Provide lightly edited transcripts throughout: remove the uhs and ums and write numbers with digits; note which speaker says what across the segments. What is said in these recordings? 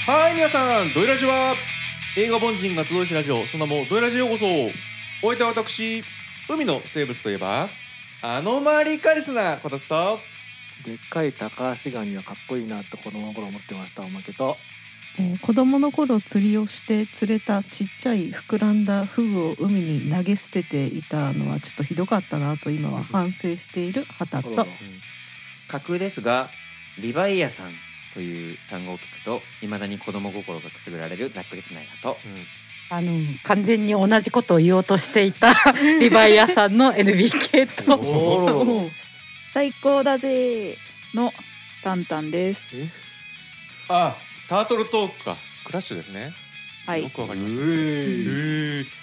Speaker 1: はい皆さん、ドイラジは映画凡人が集いしラジオ、その名もドイラジへようこそ。お相手は私、海の生物といえばアノマリカリスなこたつと、
Speaker 2: でっかいタカアシガニはかっこいいなと子供の頃思ってましたおまけと。
Speaker 3: 子供の頃釣りをして釣れたちっちゃい膨らんだフグを海に投げ捨てていたのはちょっとひどかったなと今は反省しているハタと、
Speaker 4: 架空ですがリバイアさんという単語を聞くと未だに子供心がくすぐられるざっくりスナイダーと、
Speaker 5: 完全に同じことを言おうとしていたリヴァイアさんの NBK と
Speaker 6: 最高だぜのタンタンです。
Speaker 1: あ、タートルトークか、クラッシュですね。
Speaker 6: はい。
Speaker 1: よくわかりました。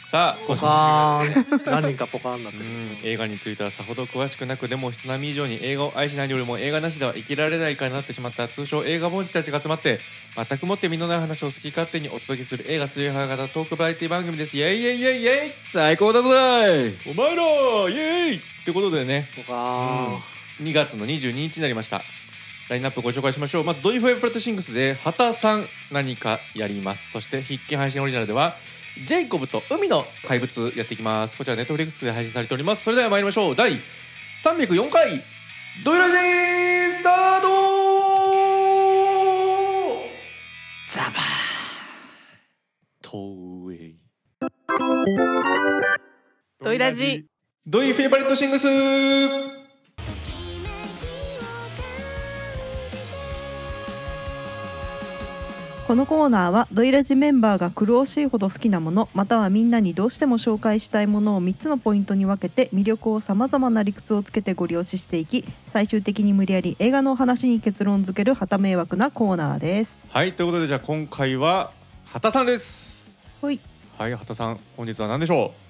Speaker 1: さあ、
Speaker 2: ポカーン何人かポカーンになってる。
Speaker 1: 映画についてはさほど詳しくなく、でも人並み以上に映画を愛しないよりも映画なしでは生きられないかになってしまった通称映画凡人たちが集まって、全くもって身のない話を好き勝手にお届けする映画水泳型トークバラエティ番組です。イエイイエイイエイイエイ、
Speaker 4: 最高だぜ
Speaker 1: お前らイエイってことでね、
Speaker 2: ポカーン、
Speaker 1: 2月の22日になりました。ラインナップご紹介しましょう。まずドイファイブプラットシングスで畑さん何かやります。そして筆記配信オリジナルではジェイコブと海の怪物やっていきます。こちらネットフリックスで配信されております。それでは参りましょう。第304回ドイラジースタート。
Speaker 5: ザバ
Speaker 1: 東映
Speaker 5: ドイラジ
Speaker 1: ドイフェイバリットシングス。
Speaker 3: このコーナーはドイラジメンバーが苦しいほど好きなもの、またはみんなにどうしても紹介したいものを3つのポイントに分けて魅力をさまざまな理屈をつけてご利用ししていき、最終的に無理やり映画の話に結論付けるはた迷惑なコーナーです。
Speaker 1: はい、ということでじゃあ今回は畑さんです。
Speaker 3: はい、
Speaker 1: 畑さん、本日は何でしょ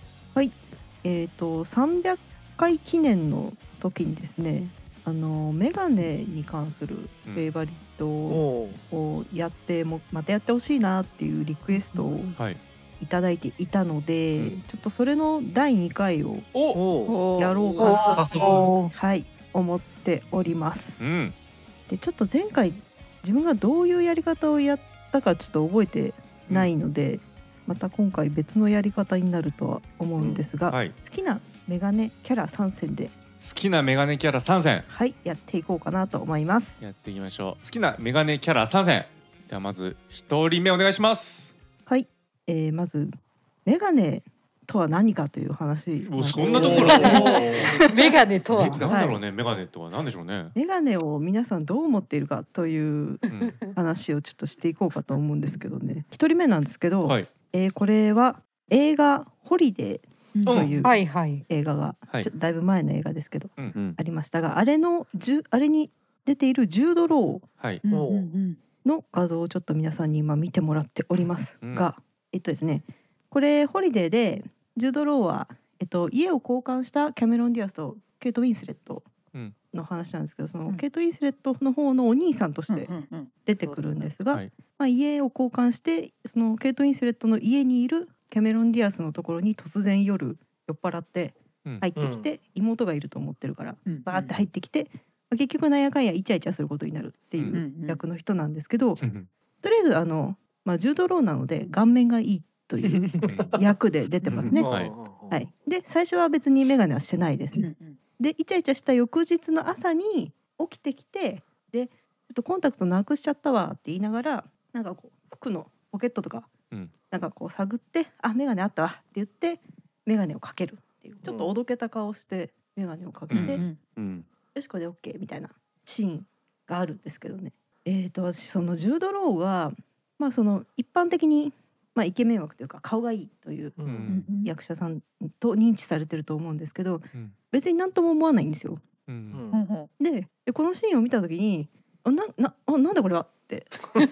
Speaker 3: 300回記念の時にですね、メガネに関するフェイバリットをやって、またやってほしいなっていうリクエストをいただいていたので、ちょっとそれの第2回をやろうかなと、はい、思っております。でちょっと前回自分がどういうやり方をやったかちょっと覚えてないので、また今回別のやり方になるとは思うんですが、好きなメガネキャラ3選で
Speaker 1: 好きなメガネキャラ3選、
Speaker 3: はい、やっていこうかなと思います。
Speaker 1: やっていきましょう。好きなメガネキャラ3選ではまず1人目お願いします。
Speaker 3: はい、まずメガネとは何かという話なんです。
Speaker 1: そんなところ
Speaker 5: メガネとは
Speaker 1: なんだろうね、メガネとは何でしょうね。
Speaker 3: メガネを皆さんどう思っているかという話をちょっとしていこうかと思うんですけどね。1人目なんですけど、これは映画ホリデーという映画がだいぶ前の映画ですけどありましたが、あれに出ているジュード・ローの画像をちょっと皆さんに今見てもらっておりますが、ですね、これホリデーでジュード・ローは、家を交換したキャメロン・ディアスとケイト・ウィンスレットの話なんですけど、そのケイト・ウィンスレットの方のお兄さんとして出てくるんですが、家を交換してそのケイト・ウィンスレットの家にいるキャメロン・ディアスのところに突然夜酔っ払って入ってきて、妹がいると思ってるからバーって入ってきて、結局なんやかんやイチャイチャすることになるっていう役の人なんですけど、とりあえずジュード・ローなので顔面がいいという役で出てますね。で最初は別に眼鏡はしてないです。でイチャイチャした翌日の朝に起きてきて、でちょっとコンタクトなくしちゃったわって言いながら、なんかこう服のポケットとかなんかこう探って、あ、メガネあったわって言ってメガネをかけるっていう、ちょっとおどけた顔してメガネをかけて、よしこれで OK みたいなシーンがあるんですけどね。私そのジュード・ローが、その一般的に、イケメン枠というか顔がいいという役者さんと認知されてると思うんですけど、別に何とも思わないんですよ。でこのシーンを見た時になんだこれはって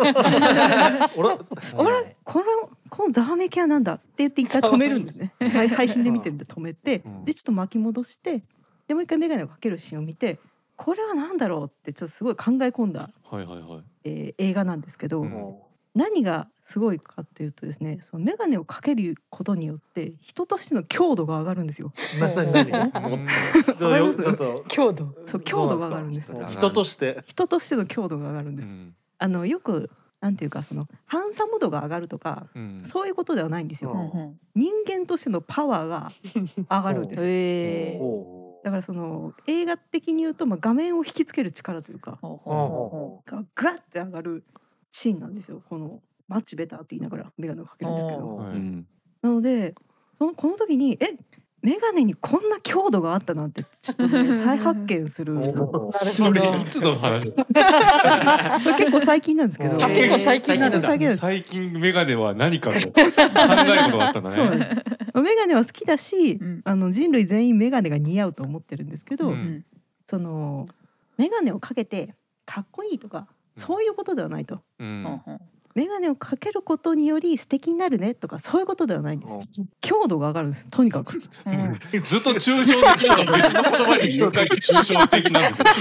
Speaker 3: このざわめきはなんだって言って一回止めるんですね。配信で見てるんで止めて、でちょっと巻き戻して、でもう一回眼鏡をかけるシーンを見て、これはなんだろうってちょっとすごい考え込んだ映画なんですけど、何がすごいかというとですね、その眼鏡をかけることによって人としての強度が上がるんですよ。
Speaker 5: 強度、
Speaker 3: そう、強度が上がるんです。
Speaker 2: 人として
Speaker 3: の強度が上がるんです。よくなんていうかそのハンサム度が上がるとか、そういうことではないんですよ。人間としてのパワーが上がるんです。だからその映画的に言うと、画面を引きつける力というかがガッて上がるシーンなんですよ。このマッチベターって言いながらメガネをかけるんですけど、なのでこの時にメガネにこんな強度があったなんてちょっとね再発見する。
Speaker 1: それいつの話？
Speaker 3: それ結構最近なんですけど。
Speaker 5: 結構最近なんだ。
Speaker 1: 最近メガネは何かと考えることがあったんだね。
Speaker 3: そうです。メガネは好きだし、人類全員メガネが似合うと思ってるんですけど、そのメガネをかけてかっこいいとかそういうことではないと。メガネをかけることにより素敵になるねとかそういうことではないんです。強度が上がるんです。とにかく。
Speaker 1: ずっと抽象的な別の言葉に入れ替えて抽象的なんです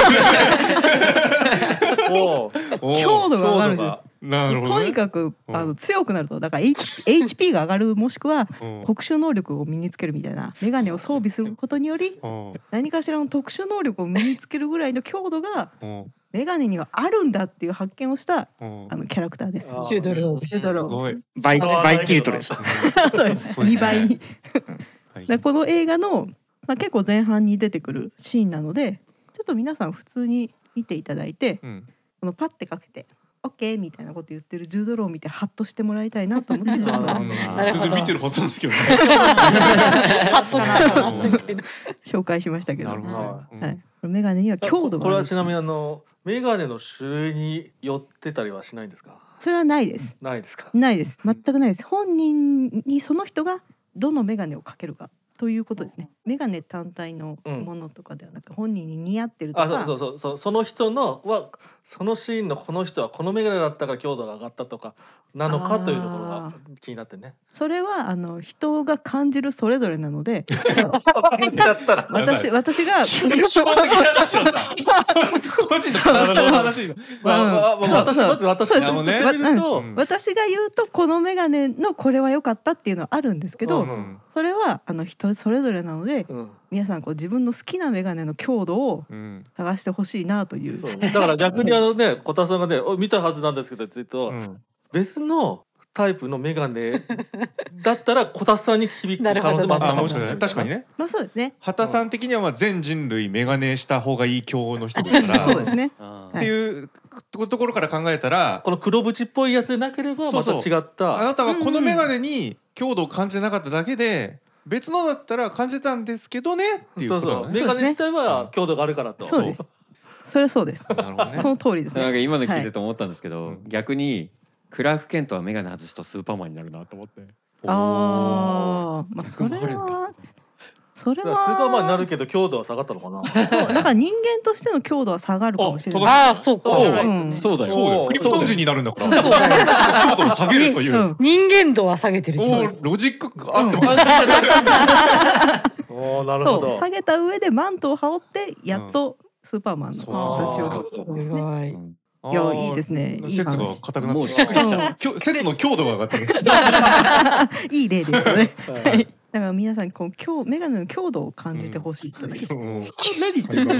Speaker 1: よ。
Speaker 3: 強度が上がるんです。
Speaker 1: なるほどね。
Speaker 3: とにかく強くなると、だから HP が上がる、もしくは特殊能力を身につけるみたいな、メガネを装備することにより何かしらの特殊能力を身につけるぐらいの強度がメガネにはあるんだっていう発見をしたキャラクターです。
Speaker 5: ジュドロー。
Speaker 4: バイキルトです。
Speaker 3: そうです。2倍。この映画の結構前半に出てくるシーンなので、ちょっと皆さん普通に見ていただいて、このパッてかけてオッケーみたいなこと言ってるジュドローを見てハッとしてもらいたいなと思ってちょっと
Speaker 1: 全然見てるはずなんですけどね。
Speaker 5: ハッとしたかなみたいな
Speaker 3: 紹介しましたけど。
Speaker 1: なるほど。
Speaker 3: はい。メガネには強度が。
Speaker 2: これはちなみにメガネの種類によってたりはしないんですか？
Speaker 3: それはないです。
Speaker 2: ないですか？
Speaker 3: ないです。全くないです。本人にその人がどのメガネをかけるかということですね。メガネ単体のものとかではなく、本人に似合ってるとか。
Speaker 2: その人のはそのシーンのこの人はこのメガネだったから強度が上がったとかなのかというところが気になってね。
Speaker 3: それは人が感じるそれぞれなので私が
Speaker 1: 抽象的な話をさ個人の体の話
Speaker 2: 私
Speaker 3: が言うとこのメガネのこれは良かったっていうのはあるんですけど、それは人それぞれなので、皆さん自分の好きなメガネの強度を探してほしいなという。
Speaker 2: だから逆に小田さんがね見たはずなんですけどずっと別のタイプのメガネだったら小田さんに響く可能性もあったかもしれない。
Speaker 1: 確かにね。
Speaker 3: そうですね。
Speaker 1: 畑さん的には全人類メガネした方がいい教の人ですから。
Speaker 3: そうですね。
Speaker 1: っていうところから考えたら、
Speaker 2: この黒縁っぽいやつでなければまた違った。
Speaker 1: あなたはこのメガネに強度を感じなかっただけで。別のだったら感じたんですけどねっていうことだね。
Speaker 2: メガネ自体は強度があるからと。
Speaker 3: そうです。それそうです。その通りですね。
Speaker 4: なんか今の聞いてて思ったんですけど、逆にクラークケントはメガネ外すとスーパーマンになるなと思って。
Speaker 3: それは
Speaker 2: スーパーマンになるけど強度は下がったのかな。
Speaker 3: だから人間としての強度は下がるかもしれない。
Speaker 5: ああ、そうか。
Speaker 1: そうだよ。クリプトン人になるんだから。強度を下げるという。
Speaker 5: 人間度は下げてる。
Speaker 1: ロジックあってます。
Speaker 2: なるほど。
Speaker 3: 下げた上でマントを羽織ってやっとスーパーマンの形をですね。いやいいですね。
Speaker 1: 説が硬くなって。説の強度が上がってる。
Speaker 3: いい例ですよね。だから皆さんメガネの強度を感じてほしいという。
Speaker 2: 何言ってるの？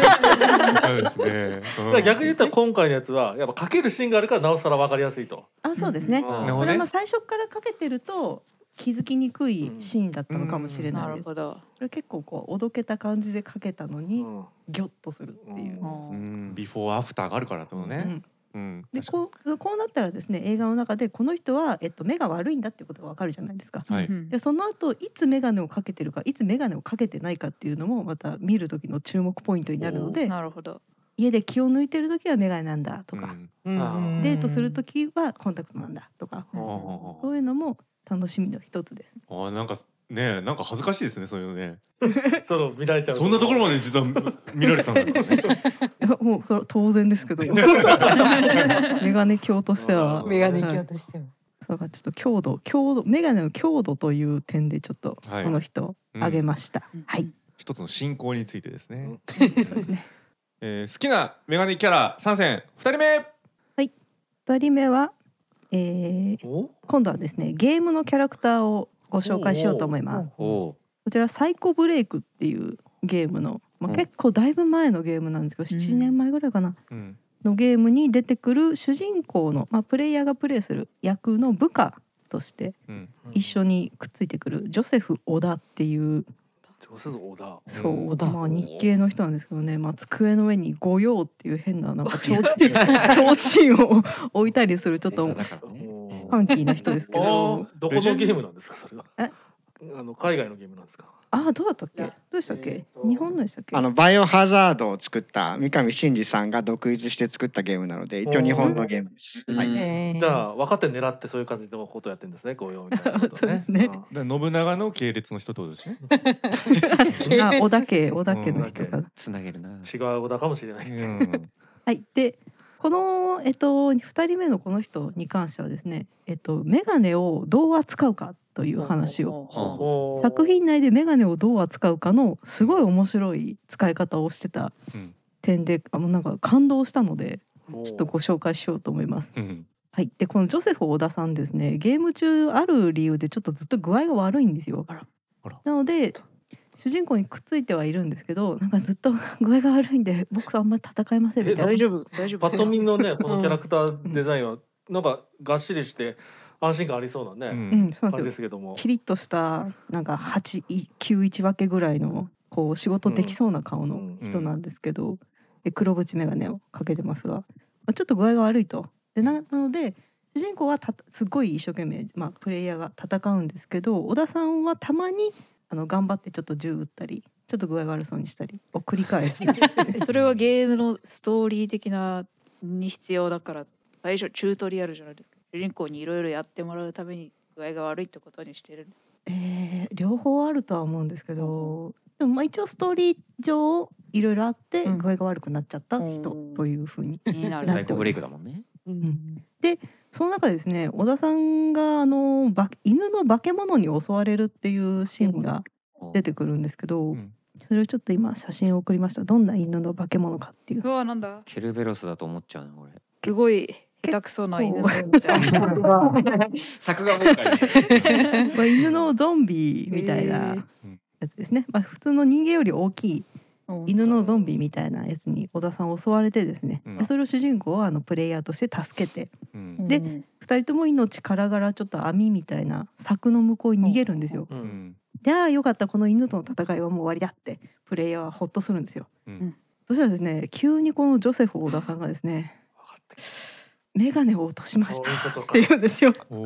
Speaker 2: 逆に言ったら今回のやつはやっぱかけるシーンがあるからなおさら分かりやすいと。
Speaker 3: そうですね。これは最初からかけてると気づきにくいシーンだったのかもしれないです。これ結構おどけた感じでかけたのにギョッとするっていう。
Speaker 1: ビフォーアフターがあるからってことね。
Speaker 3: でこうなったらですね、映画の中でこの人は目が悪いんだっていうことがわかるじゃないですか。でその後いつメガネをかけてるかいつメガネをかけてないかっていうのもまた見る時の注目ポイントになるので、
Speaker 6: なるほど。
Speaker 3: 家で気を抜いてる時はメガネなんだとか、デートする時はコンタクトなんだとか、そういうのも楽しみの一つです。
Speaker 1: なんかね、なんか恥ずかしいですね、そういうのね。
Speaker 2: 見られちゃう。
Speaker 1: そんなところまで実は見られてたんだからね。
Speaker 3: もう当然ですけど。メガネ鏡としては。
Speaker 5: メガネ鏡としては。
Speaker 3: そうか、ちょっと強度、メガネの強度という点でちょっとこの人を挙げました。はい。
Speaker 1: 一つの進行についてですね。
Speaker 3: そうですね。
Speaker 1: 好きなメガネキャラ参戦。2人目。
Speaker 3: はい。2人目は今度はですね、ゲームのキャラクターをご紹介しようと思います。こちらサイコブレイクっていうゲームの、結構だいぶ前のゲームなんですけど、7年前ぐらいかな、 のゲームに出てくる主人公の、プレイヤーがプレイする役の部下として一緒にくっついてくるジョセフ・オダっていう
Speaker 2: ジョセフ・オダ、
Speaker 3: そう、日系の人なんですけどね、机の上に御用っていう変ななんか提灯を置いたりするちょっとファンキーな人ですけど。
Speaker 2: どこのゲームなんですかそれは？海外のゲームなんですか？
Speaker 3: どうだったっけ？どうでしたっけ？日本のでしたっけ？
Speaker 7: バイオハザードを作った三上真司さんが独立して作ったゲームなので、一応日本のゲームです。はい。
Speaker 2: じゃあ分かって狙ってそういう感じのことをやってるんですね。こういうみたいなことね。
Speaker 3: そうですね。
Speaker 1: 信長の系列の人ってことですね。
Speaker 3: 織田家の人かな。
Speaker 4: つなげるな。
Speaker 2: 違う織田かもしれない。
Speaker 3: はい。で、この2人目のこの人に関してはですね、メガネをどう扱うかという話を、作品内でメガネをどう扱うかのすごい面白い使い方をしてた点で、なんか感動したのでちょっとご紹介しようと思います。はい。でこのジョセフ・オダさんですね、ゲーム中ある理由でちょっとずっと具合が悪いんですよ。なので主人公にくっついてはいるんですけど、なんかずっと具合が悪いんで僕あんまり戦えませんみたいな。
Speaker 6: 大丈夫大丈夫。
Speaker 2: パッと見のねこのキャラクターデザインはなんかがっしりして安心感ありそうなね、
Speaker 3: そう
Speaker 2: なんですけども、
Speaker 3: キリッとしたなんか891分けぐらいのこう仕事できそうな顔の人なんですけど、黒縁眼鏡をかけてますが、ちょっと具合が悪いと。でなので主人公はすごい一生懸命、プレイヤーが戦うんですけど、小田さんはたまに頑張ってちょっと銃撃ったりちょっと具合悪そうにしたりを繰り返す。
Speaker 6: それはゲームのストーリー的なに必要だから、最初チュートリアルじゃないですか。主人公にいろいろやってもらうために具合が悪いってことにしてるんです。
Speaker 3: 両方あるとは思うんですけど、でも一応ストーリー上いろいろあって具合が悪くなっちゃった人というふうになって
Speaker 4: サイコブレイクだもんね。
Speaker 3: でその中ですね、小田さんが犬の化け物に襲われるっていうシーンが出てくるんですけど、それをちょっと今写真を送りました。どんな犬の化け物かっていう。
Speaker 6: うわ、なんだ。
Speaker 4: ケルベロスだと思っちゃうな俺。
Speaker 6: すごい下手くそな犬の
Speaker 4: 作画崩壊。
Speaker 3: 犬のゾンビみたいなやつですね。普通の人間より大きい犬のゾンビみたいなやつに小田さん襲われてですね、それを主人公はプレイヤーとして助けて、で2人とも命からがらちょっと網みたいな柵の向こうに逃げるんですよ。でよかった、この犬との戦いはもう終わりだってプレイヤーはほっとするんですよ。そしたらですね、急にこのジョセフ小田さんがですね、メガネを落としましたって言うんですよ。でプ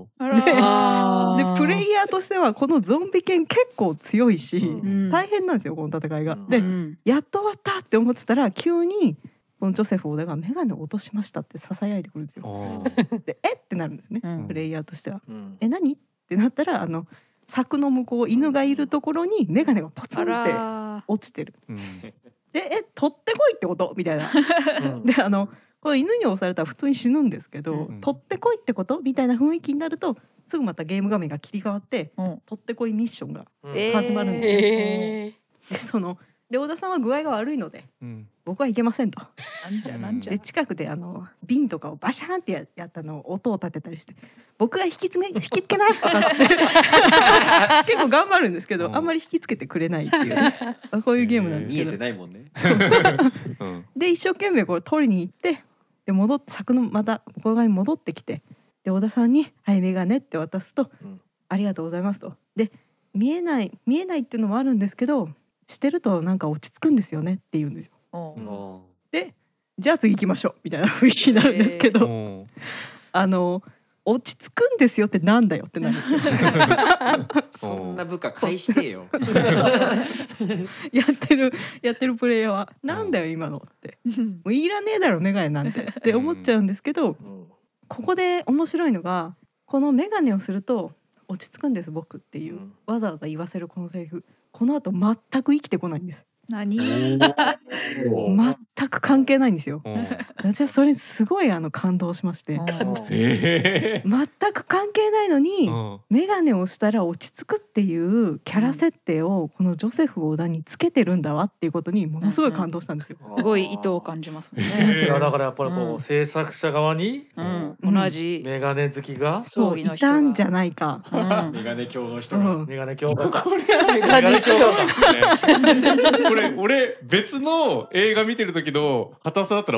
Speaker 3: レイヤーとしてはこのゾンビ犬結構強いし、大変なんですよこの戦いが。で、やっと終わったって思ってたら急にこのジョセフ小田がメガネを落としましたって囁いてくるんですよ。でってなるんですね、プレイヤーとしては。何ってなったら柵の向こう、犬がいるところにメガネがポツンって落ちてる。で取ってこいってことみたいな。でこの犬に襲われたら普通に死ぬんですけど、取ってこいってことみたいな雰囲気になるとすぐまたゲーム画面が切り替わって、取ってこいミッションが始まるんですね。で小田さんは具合が悪いので、僕は行けませんと。なんじゃで近くで瓶とかをバシャーンってやったのを音を立てたりして、僕が引きつけますとかって結構頑張るんですけど、あんまり引きつけてくれないっていう、こういうゲームなんですけど、
Speaker 4: 見えてないもんね。
Speaker 3: で一生懸命これ取りに行って、で戻って柵のまた向こう側に戻ってきて、で小田さんに「はいメガネ」って渡すと「ありがとうございます」と。で見えないっていうのもあるんですけど、してるとなんか落ち着くんですよねって言うんですよ。でじゃあ次行きましょうみたいな雰囲気になるんですけど、落ち着くんですよってなんだよってなるんですよ。
Speaker 4: そんな部下返してよ。
Speaker 3: やってるプレイヤーはなんだよ今のってもういらねえだろメガネなんてって思っちゃうんですけど、ここで面白いのが、このメガネをすると落ち着くんです僕っていう、わざわざ言わせるこのセリフ、この後全く生きてこないんです。
Speaker 6: 何？
Speaker 3: 全く関係ないんですよ。私はそれにすごい感動しまして、全く関係ないのにメガネをしたら落ち着くっていうキャラ設定をこのジョセフ小田につけてるんだわっていうことにものすごい感動したんですよ。
Speaker 6: すごい意図を感じますね。
Speaker 2: だからやっぱり制作者側に
Speaker 6: 同じ
Speaker 2: メガネ好きが
Speaker 3: そういたんじゃないか。
Speaker 4: メガネ教の人が
Speaker 2: メガネ教が
Speaker 1: これメガネ教ですね。これ俺別の映画見てる時の畑さんだったら怒るや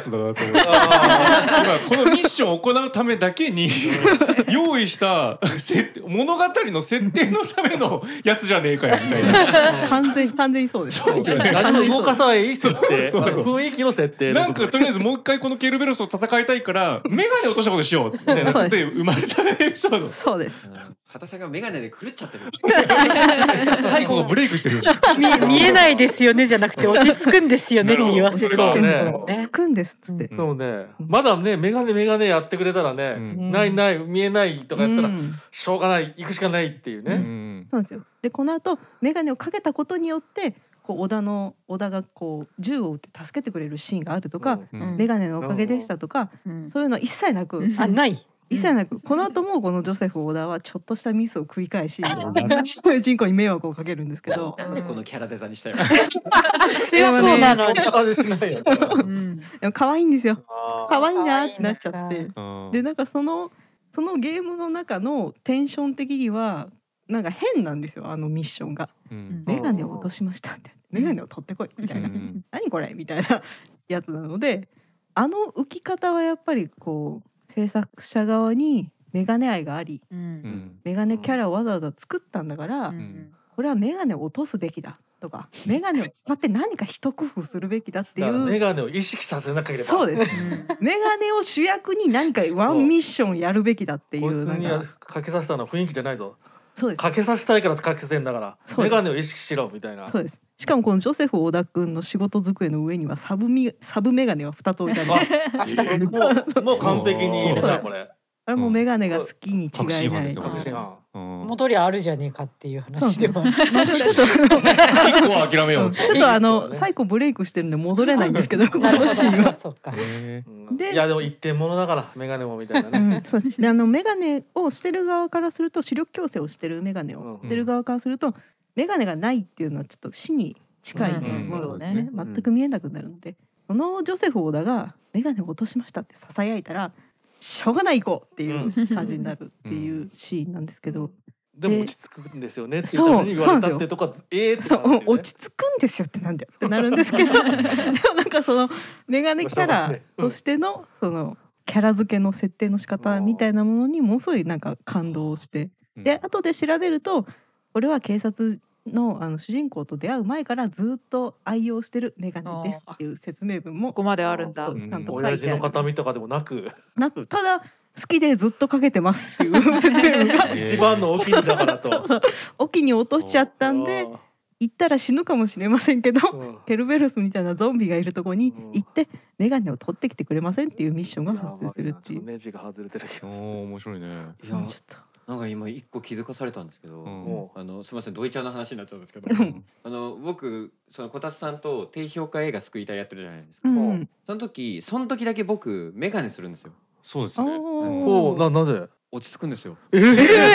Speaker 1: つだなと思って今このミッションを行うためだけに用意した物語の設定のためのやつじゃねえかよみたいな。
Speaker 3: 完全にそうです。
Speaker 2: 何も動かさない設定、雰囲気の設定
Speaker 1: なんかとりあえずもう一回このケルベロスと戦いたいからメガネ落としたことしようってなって生まれたエピソード。
Speaker 3: そうです。
Speaker 4: 畑さんがメガネで狂っちゃってる。
Speaker 1: 最後ブレイクしてる。
Speaker 5: 見えないですよねじゃなくて落ち着くんですよねって言わせる。
Speaker 3: 落ち着くんですっつって。
Speaker 2: そうね。まだねメガネやってくれたらね、ない見えないとかやったらしょうがない行くしかないっていうね。
Speaker 3: そうですよ。でこの後メガネをかけたことによってこう織田がこう銃を撃って助けてくれるシーンがあるとか、メガネのおかげでしたとか、そういうの一切なく、
Speaker 5: ない
Speaker 3: 一切なく、この後もこのジョセフ織田はちょっとしたミスを繰り返し主人公に迷惑をかけるんですけど、
Speaker 4: なんでこのキャラデザにしたよ。
Speaker 5: 強そうなの。
Speaker 3: でも可愛いんですよ。可愛いなってなっちゃって、でなんかそのゲームの中のテンション的にはなんか変なんですよ、あのミッションが。メガネを落としましたって、メガネを取ってこいみたいな、何これみたいなやつなので、あの浮き方はやっぱりこう制作者側にメガネ愛があり、メガネキャラをわざわざ作ったんだから、これはメガネを落とすべきだとか、メガネを使って何か一工夫するべきだっていう。
Speaker 2: メガネを意識させなければ。
Speaker 3: そうです。メガネを主役に何かワンミッションやるべきだっていう。
Speaker 2: こいつにかけさせたのは雰囲気じゃないぞ。
Speaker 3: そうです。
Speaker 2: かけさせたいからかけてんだから。メガネを意識しろみたいな。
Speaker 3: そうです。しかもこのジョセフ織田君の仕事机の上にはサブメガネは2つ置いてある。
Speaker 2: もう完璧に入れたこれ。
Speaker 3: あれもメガネが好きに違いない。
Speaker 5: 戻りあるじゃねえかっていう話では。
Speaker 3: ちょっと
Speaker 1: 一個は諦めよう。
Speaker 3: ちょっと最後ブレイクしてるんで戻れないんですけど、このシーンは。
Speaker 5: そうか。
Speaker 2: いやでも一点物だからメガネもみたいなね。
Speaker 3: そうです。でメガネをしてる側からすると、視力矯正をしてるメガネをしてる側からすると、メガネがないっていうのはちょっと死に近いものでね、全く見えなくなるので、そのジョセフ織田がメガネを落としましたって囁いたら、しょうがない行こうっていう感じになるっていうシーンなんですけど、
Speaker 2: でも落ち着くんですよねって言ったのに言われたってとか、
Speaker 3: そう落ち着くんですよってなんだよってなるんですけど、でもなんかそのメガネキャラとしてのそのキャラ付けの設定の仕方みたいなものにものすごいなんか感動して、で後で調べると、これは警察の主人公と出会う前からずっと愛用してるメガネですっていう説明文も
Speaker 6: ここまであるんだ。
Speaker 2: 親父の形見とかでもなく
Speaker 3: ただ好きでずっとかけてますっていう説明文が
Speaker 2: 一番のお気にだからと。
Speaker 3: お気に落としちゃったんで、行ったら死ぬかもしれませんけど、ケルベロスみたいなゾンビがいるとこに行ってメガネを取ってきてくれませんっていうミッションが発生するっていう。
Speaker 2: ネジが外れてるけど。
Speaker 1: 面白いね。
Speaker 4: いやちょっとなんか今一個気づかされたんですけど、すみませんドイちゃんの話になっちゃうんですけど、僕そのこたつさんと低評価映画救いたいやってるじゃないですか。その時だけ僕メガネするんですよ。
Speaker 1: そうですね。
Speaker 2: なぜ？
Speaker 4: 落ち着くんですよ。
Speaker 5: メガ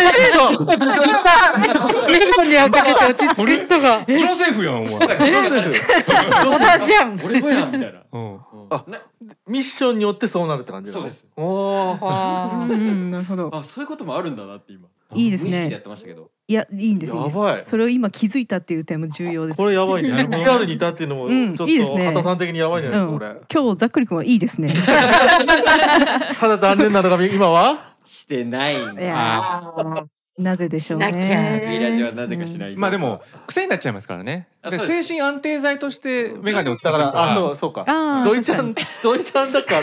Speaker 5: ネをかけて落ち着く人が。
Speaker 1: ジョセフやんお前。
Speaker 5: 同じやん。
Speaker 4: 俺もやんみたいな。
Speaker 2: ミッションによってそうなるって感じ。
Speaker 4: そうです。
Speaker 3: なるほど。
Speaker 4: そういうこともあるんだなって今。
Speaker 3: いいですね。
Speaker 4: 無意識でやってましたけど。
Speaker 3: いやいいんです。
Speaker 2: やばい。
Speaker 3: それを今気づいたっていう点も重要です。
Speaker 2: これやばいね。リアルにいたっていうのもちょっと畑さん的にやばいんじゃないですかこれ。
Speaker 3: 今日ざっくりくんはいいですね。
Speaker 2: ただ残念なのが今は
Speaker 4: してない。
Speaker 3: なぜでしょうね。
Speaker 4: ミラジはなぜかしない。
Speaker 1: まあでも癖になっちゃいますからね。精神安定剤としてメガネを使うから。
Speaker 2: そうか。ドイちゃんだから、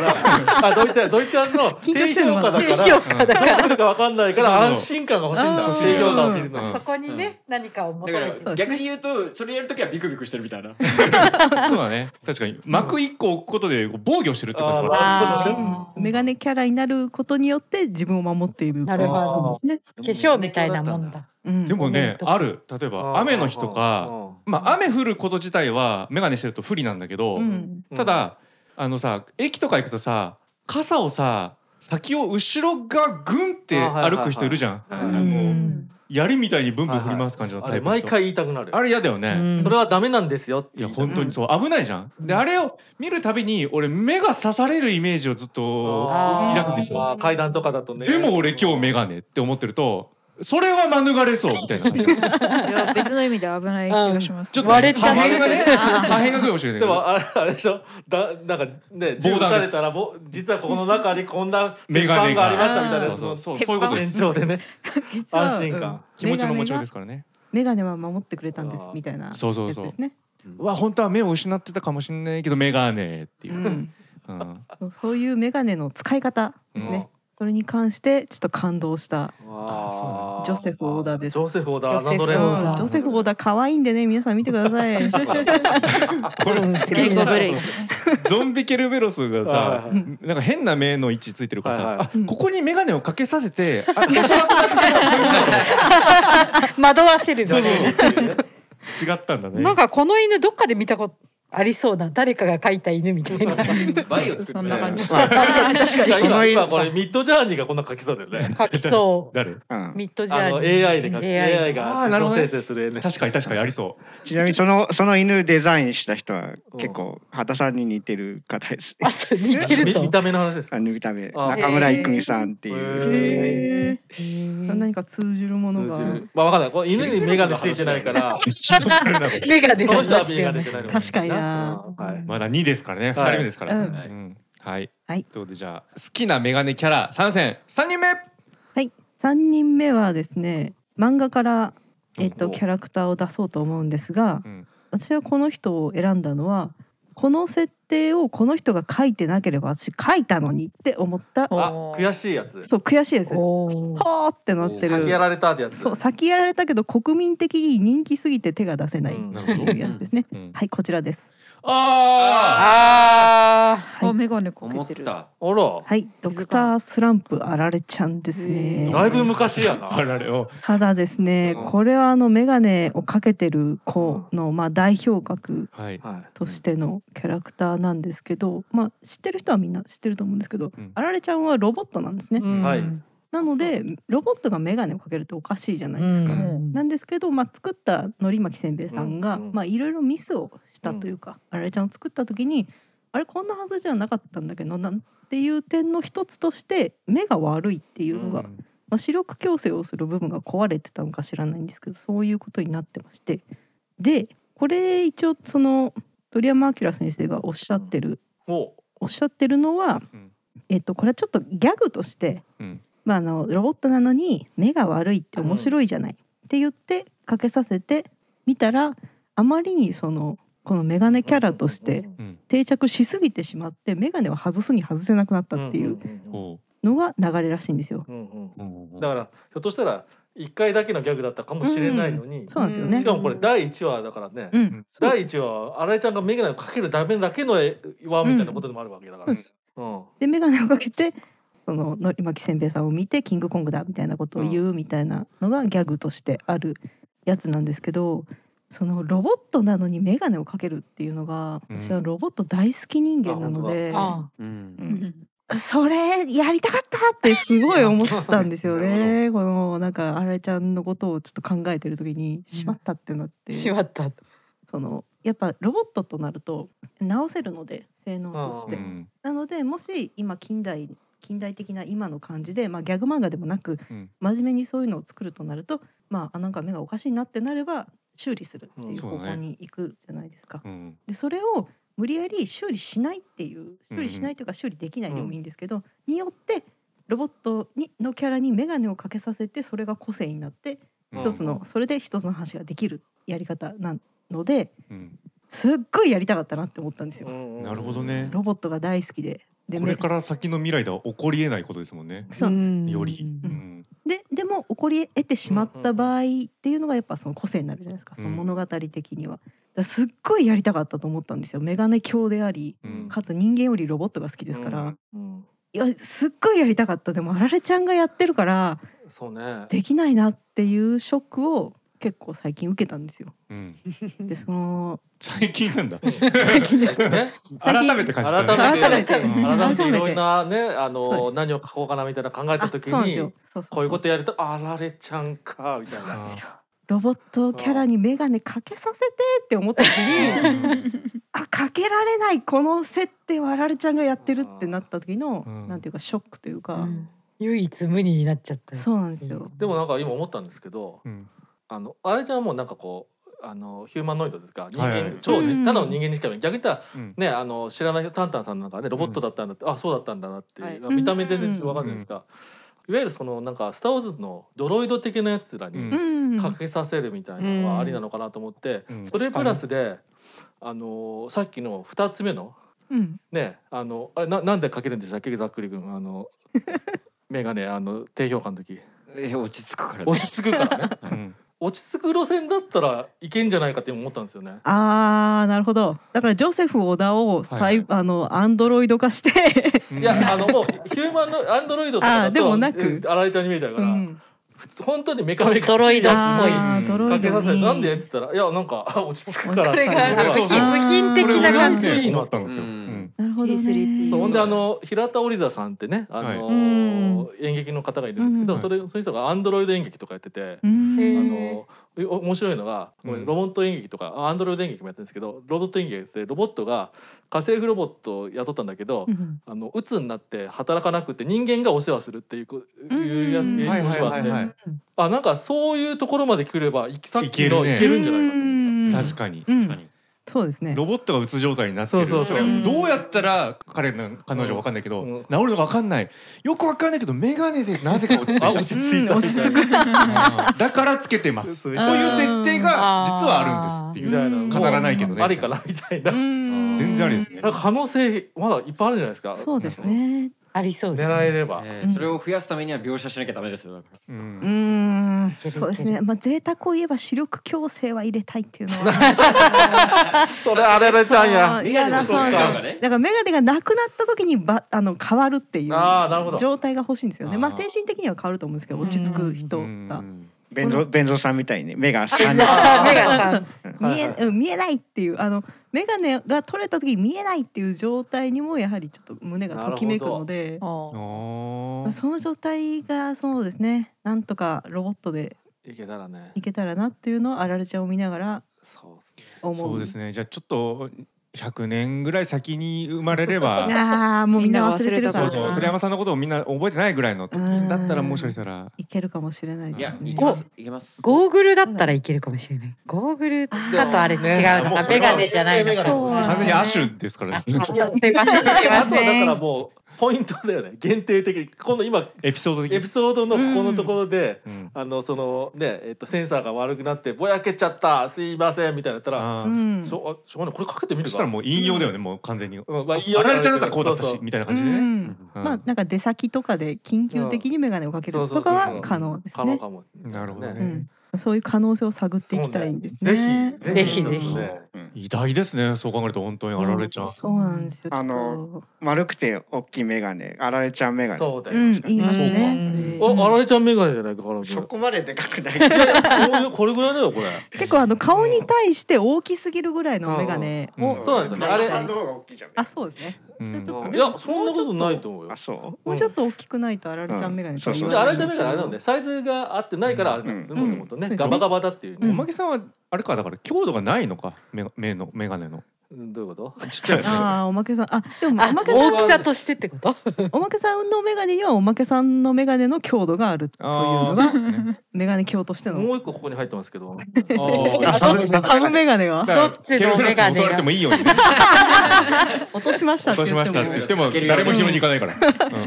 Speaker 2: ドイちゃんの低評価だからどうなるかわかんないから安心感が欲しいんだ。低評価を見るの。
Speaker 5: そこにね何かを求めて。
Speaker 4: 逆に言うとそれやるときはビクビクしてるみたいな。
Speaker 1: そうだね。確かに幕一個置くことで防御してるってこと
Speaker 3: だ。メガネキャラになることによって自分を守っている。
Speaker 5: なるほどですね。化粧みたいなもんだ。
Speaker 1: でもねある。例えば雨の日とか、雨降ること自体はメガネしてると不利なんだけど、たださ駅とか行くとさ傘をさ先を後ろがグンって歩く人いるじゃん。槍みたいにブンブン振り回す感じのタイプ。
Speaker 2: 毎回言いたくなる。
Speaker 1: あれ嫌だよね。
Speaker 2: それはダメなんですよ。
Speaker 1: いや本当にそう危ないじゃん。であれを見るたびに俺目が刺されるイメージをずっと抱くんですよ。
Speaker 2: 階段とかだとね。
Speaker 1: でも俺今日メガネって思ってるとそれは免れそうみたいな感じ。
Speaker 6: いや別の意味で危ない気がします。
Speaker 1: ちょっと割れちゃう。破片がね、破片が来るかもしれない。
Speaker 2: でもあれでしょ。なんかね、銃撃たれたら実はここの中にこんな鉄板がありましたみたいなやつのそういうこと延長でね。安心感。
Speaker 1: 気持ちの持ちようですからね。
Speaker 3: メガネは守ってくれたんですみたいなやつですね。
Speaker 1: 本当は目を失ってたかもしれないけどメガネっていう。
Speaker 3: そういうメガネの使い方ですね。それに関してちょっと感動したジョセフ・オーダーです。
Speaker 2: ジョセフ・オーダー、
Speaker 3: ジョセフ・オーダー可愛いんでね、皆さん見てください。
Speaker 1: これゾンビケルベロスがさ、なんか変な目の位置ついてるからさ、ここにメガネをかけさせて
Speaker 5: 惑わせる。
Speaker 1: 違ったんだね。
Speaker 5: なんかこの犬どっかで見たことありそうな、誰かが描いた犬みたいな。
Speaker 4: バイオ作って
Speaker 6: そんな感じ。
Speaker 2: 今これミッドジャーニーがこんな描きそうだよね。
Speaker 5: 描きそう。
Speaker 1: 誰？
Speaker 5: ミッドジャーニー。
Speaker 2: AI で描く。AI が自動生成するね。
Speaker 1: 確かにありそう。
Speaker 7: ちなみにその犬デザインした人は結構畑さんに似てる方です。
Speaker 5: 似てると。
Speaker 2: 見た目の話ですか。
Speaker 7: 見た目。中村郁美さんっていう。
Speaker 3: 何か通じるものが。
Speaker 2: まあわかんない。こ犬にメガネついてないから。
Speaker 5: メガネ。
Speaker 2: その人はメガネじゃないの。
Speaker 3: 確かにな。
Speaker 1: まだ2ですからね、2人目ですから。はい。ということでじゃあ好きなメガネキャラ参戦3人目。
Speaker 3: はい、3人目はですね、漫画からキャラクターを出そうと思うんですが、私はこの人を選んだのは、この設定をこの人が書いてなければ私書いたのにって思った。
Speaker 2: 悔しいやつ。
Speaker 3: そう、悔しいやつ。はーってなってる。
Speaker 2: 先やられたってやつ。
Speaker 3: そう、先やられたけど国民的に人気すぎて手が出せないっていうやつですね。はい、こちらです。
Speaker 6: メガネかけてる。
Speaker 2: はい 、
Speaker 3: ドクタースランプあられちゃんですね。
Speaker 2: だいぶ昔やな。
Speaker 3: ただですね、これはメガネをかけてる子の代表格としてのキャラクターなんですけど、知ってる人はみんな知ってると思うんですけど、あられちゃんはロボットなんですね。なのでロボットがメガネをかけるっておかしいじゃないですか。なんですけど、作ったのり巻せんべいさんがいろいろミスをしたというか、あられちゃんを作った時にあれこんなはずじゃなかったんだけどなんていう点の一つとして目が悪いっていうのが、視力矯正をする部分が壊れてたのか知らないんですけど、そういうことになってまして、でこれ一応その鳥山明先生がおっしゃってるのは、これはちょっとギャグとして、ロボットなのに目が悪いって面白いじゃないって言ってかけさせてみたら、あまりにこのメガネキャラとして定着しすぎてしまってメガネを外すに外せなくなったっていうのが流れらしいんですよ。
Speaker 2: だからひょっとしたら1回だけのギャグだったかもしれないのに、
Speaker 3: そうなんですよね。
Speaker 2: しかもこれ第1話だからね、第1話は新井ちゃんがメガネをかけるためだけの輪みたいなことでもあるわけだから、
Speaker 3: でメガネをかけてのり巻せんべいさんを見てキングコングだみたいなことを言うみたいなのがギャグとしてあるやつなんですけど、そのロボットなのにメガネをかけるっていうのが、私はロボット大好き人間なので、それやりたかったってすごい思ったんですよね。このなんかあられちゃんのことをちょっと考えてる時にしまったってなって、
Speaker 5: しまった。
Speaker 3: やっぱロボットとなると直せるので、性能として、なのでもし今近代的な今の感じで、ギャグ漫画でもなく、真面目にそういうのを作るとなると、なんか目がおかしいなってなれば修理するっていう方向に行くじゃないですか。でそれを無理やり修理しないっていう、修理しないというか修理できないでもいいんですけど、によってロボットのキャラにメガネをかけさせて、それが個性になってそれで一つの話ができるやり方なので、すっごいやりたかったなって思ったんですよ。
Speaker 1: なるほどね。
Speaker 3: ロボットが大好きで。
Speaker 1: これから先の未来では起こりえないことですもんね。
Speaker 3: そうです。
Speaker 1: より。
Speaker 3: でも起こり得てしまった場合っていうのがやっぱその個性になるじゃないですか、その物語的には。すっごいやりたかったと思ったんですよ。メガネ狂であり、かつ人間よりロボットが好きですから、いやすっごいやりたかった。でもあられちゃんがやってるからできないなっていうショックを結構最近受けたんですよ。で
Speaker 1: 最近なんだ。
Speaker 3: 最近ですね。
Speaker 1: 改めて感じた。
Speaker 2: 改めていろんなね、何を書こうかなみたいな考えた時に、こういうことやるとあられちゃんかみたいな。
Speaker 3: ロボットキャラにメガネかけさせてって思った時に、かけられないこの設定をあられちゃんがやってるってなった時のなんていうかショックというか、
Speaker 5: 唯一無二になっちゃった。
Speaker 3: そうなんですよ。
Speaker 2: でもなんか今思ったんですけど、あれちゃんはもうなんかこうヒューマノイドですか、人間、超ね、ただの人間にしか見えない。逆に言ったらね、知らないタンタンさんなんかね、ロボットだったんだって、あ、そうだったんだなっていう、見た目全然わかんないですか。いわゆるそのなんかスターウォーズのドロイド的なやつらにかけさせるみたいなのはありなのかなと思って、それプラスでさっきの2つ目のね、あれなんでかけるんでしたっけ、ざっくり君、メガネ低評価の時。
Speaker 4: 落ち着くからね。
Speaker 2: 落ち着くからね。落ち着く路線だったらいけんじゃないかって思ったんですよね。
Speaker 3: なるほど。だからジョセフ小田をアンドロイド化して
Speaker 2: いやもうヒューマンのアンドロイドとかだと
Speaker 3: でもなく
Speaker 2: あられちゃんに見えちゃうから、本当にメカメカ
Speaker 5: ドロイドっぽい
Speaker 2: かけさせる。なんでっつったら、いやなんか落ち着くから。
Speaker 5: それが部品的な感じ
Speaker 1: いいのあったんですよ。
Speaker 3: なるほどね。
Speaker 2: そう、ほんで平田織座さんってね、演劇の方がいるんですけど、その人がアンドロイド演劇とかやってて、面白いのがロボット演劇とかアンドロイド演劇もやってるんですけど、ロボット演劇ってロボットが家政婦ロボットを雇ったんだけど、鬱になって働かなくて人間がお世話するっていうやつがあって、なんかそういうところまで来ればさっきのいけるんじゃないかと。
Speaker 1: 確かに。
Speaker 3: そうですね。
Speaker 1: ロボットがうつ状態になってる。どうやったら彼女わかんないけど治るのかわかんない。よくわかんないけどメガネでなぜか落ち着いたみたいな。だからつけてますという設定が実はあるんですっていう。語らないけどね。
Speaker 2: ありかなみたいな。
Speaker 1: 全然ありですね。
Speaker 2: なんか可能性まだいっぱいあるじゃないですか。
Speaker 3: そうですね。
Speaker 5: ありそうです。
Speaker 2: 狙えれば。
Speaker 4: それを増やすためには描写しなきゃダメですよ。だから。
Speaker 3: そうですね。贅沢を言えば視力矯正は入れたいっていうのは。
Speaker 2: それあれれちゃんや。
Speaker 3: だからメガネがなくなった時に変わるっていう状態が欲しいんですよね。まあ精神的には変わると思うんですけど、落ち着く人が。
Speaker 7: ベンゾさんみたいに目が
Speaker 3: 見えないっていうメガネが取れた時に見えないっていう状態にもやはりちょっと胸がときめくので、その状態がそうですね、なんとかロボットでいけたらなっていうのをあられちゃんを見ながら思う。
Speaker 1: そうですね。じゃあちょっと100年ぐらい先に生まれれば
Speaker 3: もうみんな忘れてるから。
Speaker 1: そう鳥山さんのことをみんな覚えてないぐらいの時だったらもしかしたら
Speaker 3: いけるかもしれないですね。
Speaker 4: いけます。
Speaker 5: ゴーグルだったらいけるかもしれない。ゴーグルだとあれ違うのか、メガネじゃないのか。
Speaker 1: 完全にアシュですからね。
Speaker 5: すいません。だ
Speaker 2: からもうポイントだよね。限定的に今度今
Speaker 1: エピソ
Speaker 2: ードのここのところでそのねセンサーが悪くなってぼやけちゃったすいませんみたいなったらしょうがないこれかけてみるか。
Speaker 1: そしたらもう引用だよね。もう完全に。あられちゃんだったらこうだったしみたいな感じでね。
Speaker 3: まあなんか出先とかで緊急的にメガネをかけるとかは可能ですね。
Speaker 1: なるほどね。
Speaker 3: そういう可能性を探っていきたいんですね。
Speaker 5: ぜひぜひ。
Speaker 1: 偉大ですね。そう考えると本当にあられちゃん。
Speaker 3: そうなんですよ。
Speaker 7: 丸くて大きいメガネ、あられちゃんメガネ。
Speaker 2: そうだよ。
Speaker 3: 言いますね。
Speaker 2: あられちゃんメガネじゃないか。
Speaker 7: そこまででかくない。
Speaker 2: これぐらいだよこれ。
Speaker 3: 結構顔に対して大きすぎるぐらいのメガネを。
Speaker 2: そうなんですよね。あれ。
Speaker 3: そうですね。
Speaker 2: いやそんなことないと思うよ。
Speaker 3: もうちょっと大きくないとあられちゃんメガネ。
Speaker 2: あられちゃんメガネあれなのでサイズが合ってないからあれなんですよ。もともとねガバガバだっていう。
Speaker 1: おまけさんはあれか、だから強度がないのか、目のメガネの。
Speaker 2: どういうこと？
Speaker 1: ちっちゃい。
Speaker 3: おまけさん、でも
Speaker 5: おまけさん大きさとしてってこと？
Speaker 3: おまけさんのメガネにはおまけさんのメガネの強度があるというのがメガネ強としての。
Speaker 2: もう一個ここに入ってますけど。
Speaker 3: サブメガネが。
Speaker 5: どっちのメガネが。
Speaker 1: れてもいいようにね。
Speaker 3: 落としましたって
Speaker 1: 言っても誰も拾いに行かないから。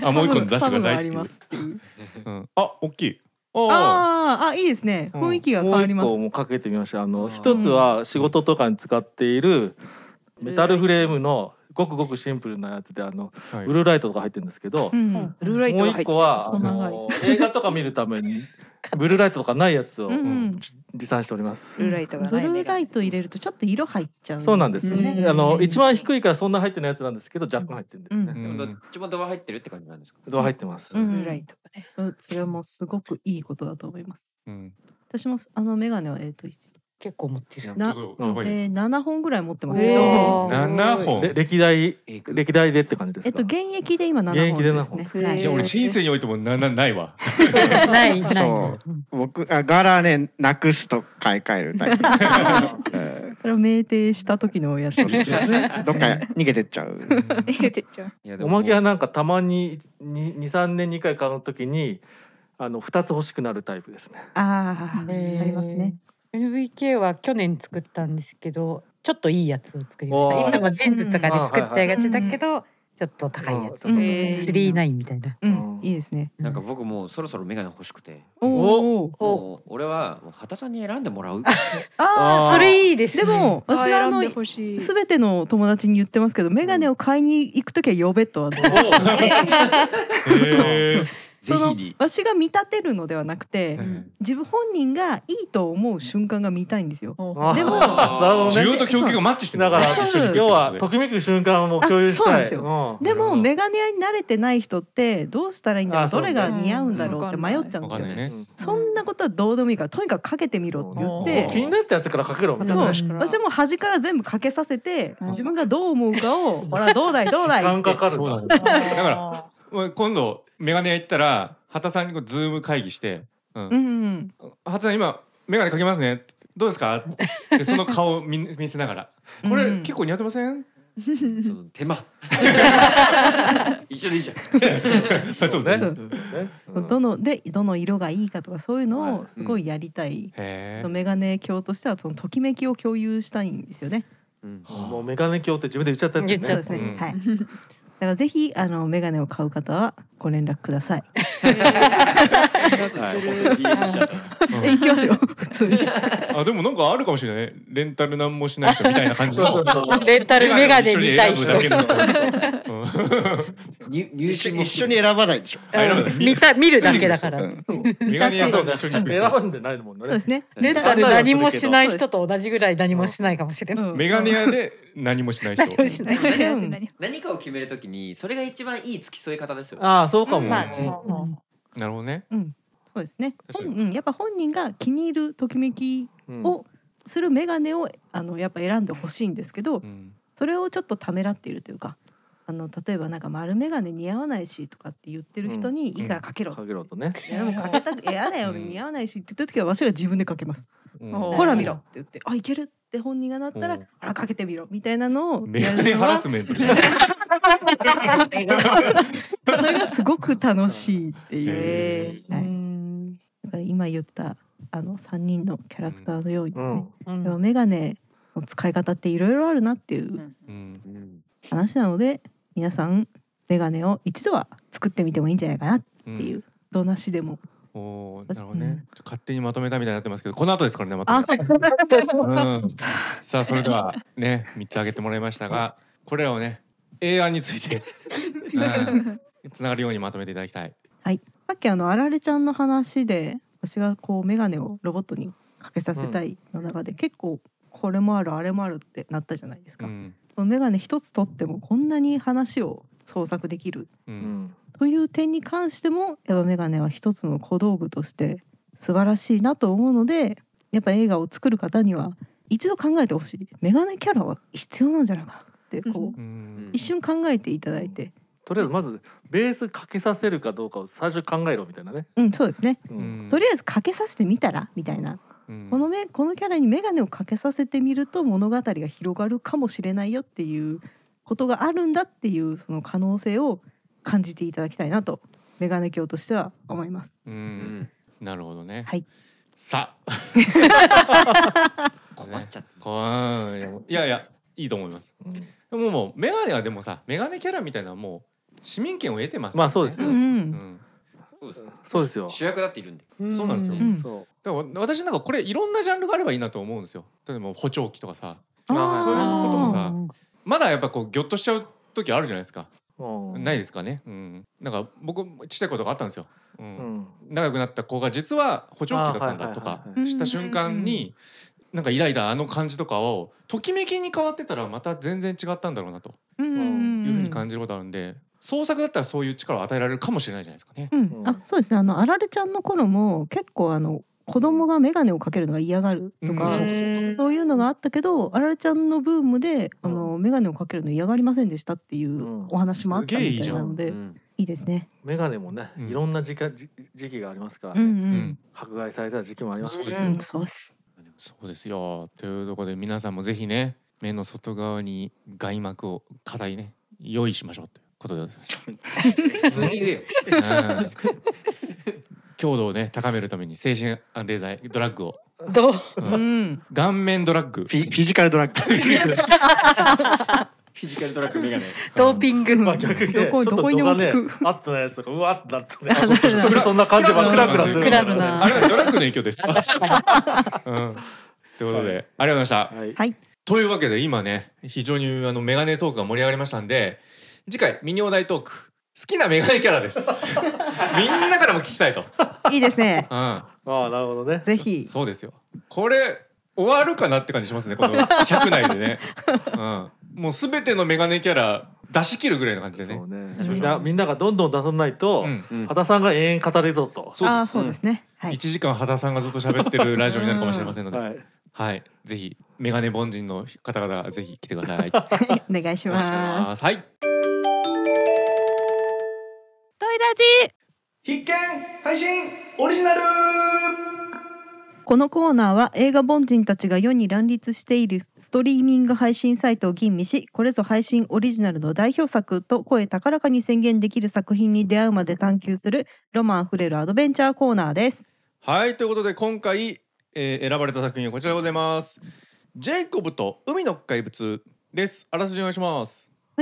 Speaker 1: もう一個出してくださいっていう。大きい。
Speaker 3: いいですね。雰囲気が変わります。
Speaker 2: もう一個もかけてみました。一つは仕事とかに使っているメタルフレームのごくごくシンプルなやつでブルーライトとか入ってるんですけど、もう一個は映画とか見るためにブルーライトとかないやつを持参しております。
Speaker 6: ブルーライトが
Speaker 3: ない。ブルーライト入れるとちょっと色入っちゃう。
Speaker 2: そうなんですよね。一番低いからそんな入ってないやつなんですけど若干入ってるんですね。
Speaker 4: どっちもドア入ってるって感じなんですか？
Speaker 2: ドア入ってます。
Speaker 6: ブルーライトがね。
Speaker 3: それはもうすごくいいことだと思います。私もメガネは
Speaker 5: 結構持ってる。
Speaker 3: 7本ぐらい持ってますけ
Speaker 1: ど。7本。
Speaker 2: 歴代でって感じですか？
Speaker 3: 現役で今7本ですね。
Speaker 1: いや俺人生においてもないわ。
Speaker 5: ない。
Speaker 7: そう。僕柄ねなくすと買い替えるタイプ。
Speaker 3: そそれを酩酊した時のやつですよね。
Speaker 7: どっか逃げてっちゃう。
Speaker 6: 逃げてっちゃう。
Speaker 2: おまけはなんかたまに2、3年に1回買う時に2つ欲しくなるタイプですね。
Speaker 3: ありますね。
Speaker 5: NVK は去年作ったんですけど、ちょっといいやつを作りました。いつもジーンズとかで作っちゃいがちだけど、ちょっと高いやつ、39みたいな。
Speaker 3: いいですね。
Speaker 4: なんか僕もそろそろメガネ欲しくて、俺は畑さんに選んでもらう。
Speaker 5: それいいです。
Speaker 3: でも私はすべての友達に言ってますけど、メガネを買いに行くときは呼べとは。その私が見立てるのではなくて、自分本人がいいと思う瞬間が見たいんですよ。でも
Speaker 1: 需要と供給がマッチして
Speaker 2: だから要はときめく瞬間を共有したい。
Speaker 3: でもメガネ屋に慣れてない人ってどうしたらいいんだろう、どれが似合うんだろうって迷っちゃうんですよね。そんなことはどうでもいいからとにかくかけてみろって言って、
Speaker 2: 気になったやつからかけろみたいな。
Speaker 3: 私も端から全部かけさせて、自分がどう思うかをほらどうだいどうだいって。
Speaker 2: 時間かかる。
Speaker 1: だから今度メガネ屋行ったら畑さんにズーム会議して、畑さん今メガネかけますね、どうですかってその顔を見せながら、これ結構似合ってません？
Speaker 4: その手間一緒でいいじゃん。
Speaker 1: そうね。
Speaker 3: どの色がいいかとかそういうのをすごいやりたい。メガネ教としてはそのときめきを共有したいんですよね。
Speaker 2: もうメガネ教って自分で言っちゃったんですね。
Speaker 3: そうですね。はい。だからぜひメガネを買う方はご連絡ください。行きますよ普通に。
Speaker 1: でもなんかあるかもしれない。レンタルなんもしない人みたいな感じの。
Speaker 5: レンタルメガネみたい人。
Speaker 7: 一緒に選ばないでしょ。
Speaker 5: 見るだけだから。
Speaker 1: メガネ屋さん一緒に
Speaker 2: 選んでないもんね。
Speaker 3: そうですね。
Speaker 5: レンタル何もしない人と同じぐらい何もしないかもしれない。
Speaker 1: メガネ屋で何もしない人。
Speaker 4: 何かを決めるときにそれが一番いい付き添い方ですよ。
Speaker 2: そうかも。
Speaker 1: なるほどね。
Speaker 3: そうですね。やっぱ本人が気に入るときめきをするメガネをやっぱ選んでほしいんですけど、それをちょっとためらっているというか、例えばなんか丸メガネ似合わないしとかって言ってる人にいいからかけろ。
Speaker 2: かけろとね。
Speaker 3: でもかけたく嫌だよ似合わないしって言った時は私が自分でかけます。ほら見ろって言っていけるって本人がなったらあらかけてみろみたいなのを
Speaker 1: メガネハラスメント。
Speaker 3: それがすごく楽しいっていう。今言った3人のキャラクターのようにですね、メガネの使い方っていろいろあるなっていう話なので、皆さんメガネを一度は作ってみてもいいんじゃないかなっていう、どなしでも。
Speaker 1: なるほどね。勝手にまとめたみたいになってますけど、この後ですからね。また。さあそれではね3つ挙げてもらいましたが、これらをねA案についてつながるようにまとめていただきたい。
Speaker 3: はい。さっきあられちゃんの話で私がこうメガネをロボットにかけさせたいの中で、結構これもあるあれもあるってなったじゃないですか。メガネ一つ取ってもこんなに話を創作できる、という点に関してもやっぱメガネは一つの小道具として素晴らしいなと思うので、やっぱ映画を作る方には一度考えてほしい。メガネキャラは必要なんじゃないかなってこう一瞬考えていただいて、
Speaker 2: とりあえずまずベースかけさせるかどうかを最初考えろみたいなね。
Speaker 3: そうですね。とりあえずかけさせてみたらみたいな。このキャラにメガネをかけさせてみると物語が広がるかもしれないよっていうことがあるんだっていうその可能性を感じていただきたいなとメガネ教としては思います。
Speaker 1: なるほどね。
Speaker 3: はい。
Speaker 1: さあ
Speaker 4: 困っちゃった。
Speaker 1: いやいいと思います。でももうメガネはでもさ、メガネキャラみたいなもう市民権を得てますからね。
Speaker 2: まあそうですよ。そうですよ。
Speaker 4: 主役だっているんで。
Speaker 1: そうなんですよ。だから私なんかこれいろんなジャンルがあればいいなと思うんですよ。例えば補聴器とかさ、そういうこともさ、まだやっぱこうギョッとしちゃう時あるじゃないですか。ないですかね。なんか僕ちっちゃいことがあったんですよ。仲良くなった子が実は補聴器だったんだとか知った瞬間に、なんかイライラ感じとかをときめきに変わってたらまた全然違ったんだろうなというふうに感じることあるんで、創作だったらそういう力を与えられるかもしれないじゃないですかね。
Speaker 3: そうですね。あられちゃんの頃も結構子供が眼鏡をかけるのが嫌がるとか、そういうのがあったけど、あられちゃんのブームで眼鏡をかけるの嫌がりませんでしたっていうお話もあったみたいなので、いいですね。
Speaker 2: 眼鏡もね、いろんな時期がありますから、迫害された時期もありますし、
Speaker 3: そうです。
Speaker 1: そうですよ。というところで皆さんもぜひね、目の外側に外膜を硬いね用意しましょうということで
Speaker 4: 普通に言えよ。
Speaker 1: 強度をね高めるために精神安定剤ドラッグを顔面ドラッグ
Speaker 7: フィジカルドラッグ
Speaker 4: フィジカルドラッグメガネ
Speaker 5: ドーピング、
Speaker 2: まあ逆にねちょっと動画ねあったやつとかうわってなったねちょっとそんな感じはクラクラする
Speaker 5: クラクラ
Speaker 1: あれはドラッグの影響ですということでありがとうございました。
Speaker 3: はい。
Speaker 1: というわけで今ね非常にメガネトークが盛り上がりましたんで、次回ミニお題トーク好きなメガネキャラですみんなからも聞きたいと。
Speaker 3: いいですね。
Speaker 2: ああなるほどね。
Speaker 3: ぜひ。
Speaker 1: そうですよ。これ終わるかなって感じしますねこの尺内でね、もうすべてのメガネキャラ出し切るぐらいの感じでね。
Speaker 2: そうね。みんながどんどん出さないと、羽田さんが延々語れぞと。
Speaker 3: そうですね。
Speaker 1: 1時間羽田さんがずっと喋ってるラジオになるかもしれませんので、はい、ぜひメガネ凡人の方々ぜひ来てください。
Speaker 3: お願いします。
Speaker 1: はい。
Speaker 6: トイラ
Speaker 1: ジ必見配信オリジナル。
Speaker 3: このコーナーは映画凡人たちが世に乱立しているストリーミング配信サイトを吟味し、これぞ配信オリジナルの代表作と声高らかに宣言できる作品に出会うまで探求するロマンあふれるアドベンチャーコーナーです。
Speaker 1: はい、ということで今回、選ばれた作品はこちらでございます。ジェイコブと海の怪物です。あらすじお願いします。
Speaker 3: はい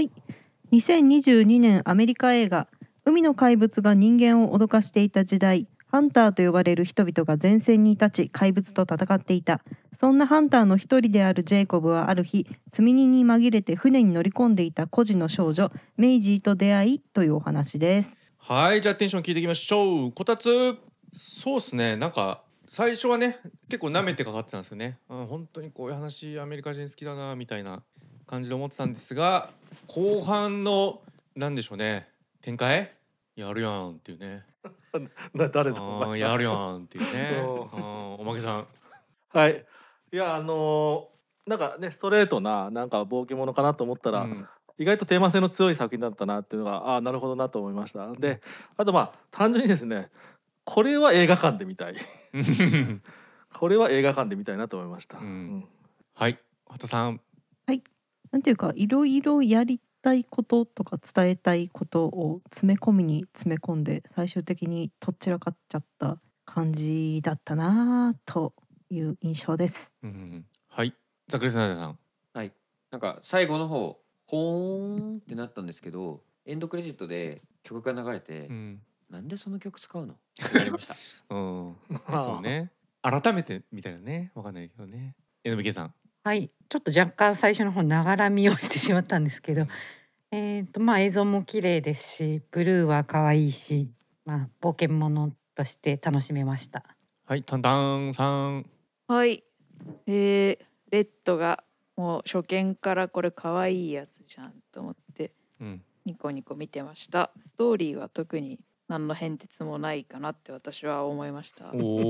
Speaker 3: 、2022年アメリカ映画海の怪物が人間を脅かしていた時代、ハンターと呼ばれる人々が前線に立ち怪物と戦っていた。そんなハンターの一人であるジェイコブはある日、積み荷に紛れて船に乗り込んでいた孤児の少女メイジーと出会いというお話です。
Speaker 1: はい、じゃあテンション聞いていきましょう。こたつ。そうですね、なんか最初はね結構舐めてかかってたんですよね。本当にこういう話アメリカ人好きだなみたいな感じで思ってたんですが、後半のなんでしょうね、展開やるやんっていうね
Speaker 2: 誰だ
Speaker 1: やるやんっていうねおまけさん。
Speaker 2: はい。いやなんかねストレートななんか冒険者かなと思ったら、意外とテーマ性の強い作品だったなっていうのがなるほどなと思いました。であと単純にですね、これは映画館で見たいこれは映画館で見たいなと思いました。
Speaker 1: はい、畑さん。
Speaker 3: はい、なんていうかいろいろやりたいこととか伝えたいことを詰め込みに詰め込んで最終的にとっちらかっちゃった感じだったなという印象です。
Speaker 1: はい、ザクリスナーさん。
Speaker 4: はい、なんか最後の方ポーンってなったんですけど、エンドクレジットで曲が流れて、なんでその曲使うのってなりました。
Speaker 1: そうね、改めてみたいなね、わかんないけどね。NBK さん。
Speaker 5: はい、ちょっと若干最初の方ながら見をしてしまったんですけど、映像も綺麗ですし、ブルーは可愛いし、冒険者として楽しめました。
Speaker 1: はい、タンタンさん。
Speaker 6: はい、レッドがもう初見からこれ可愛いやつじゃんと思って、ニコニコ見てました。ストーリーは特に何の変哲もないかなって私は思いました。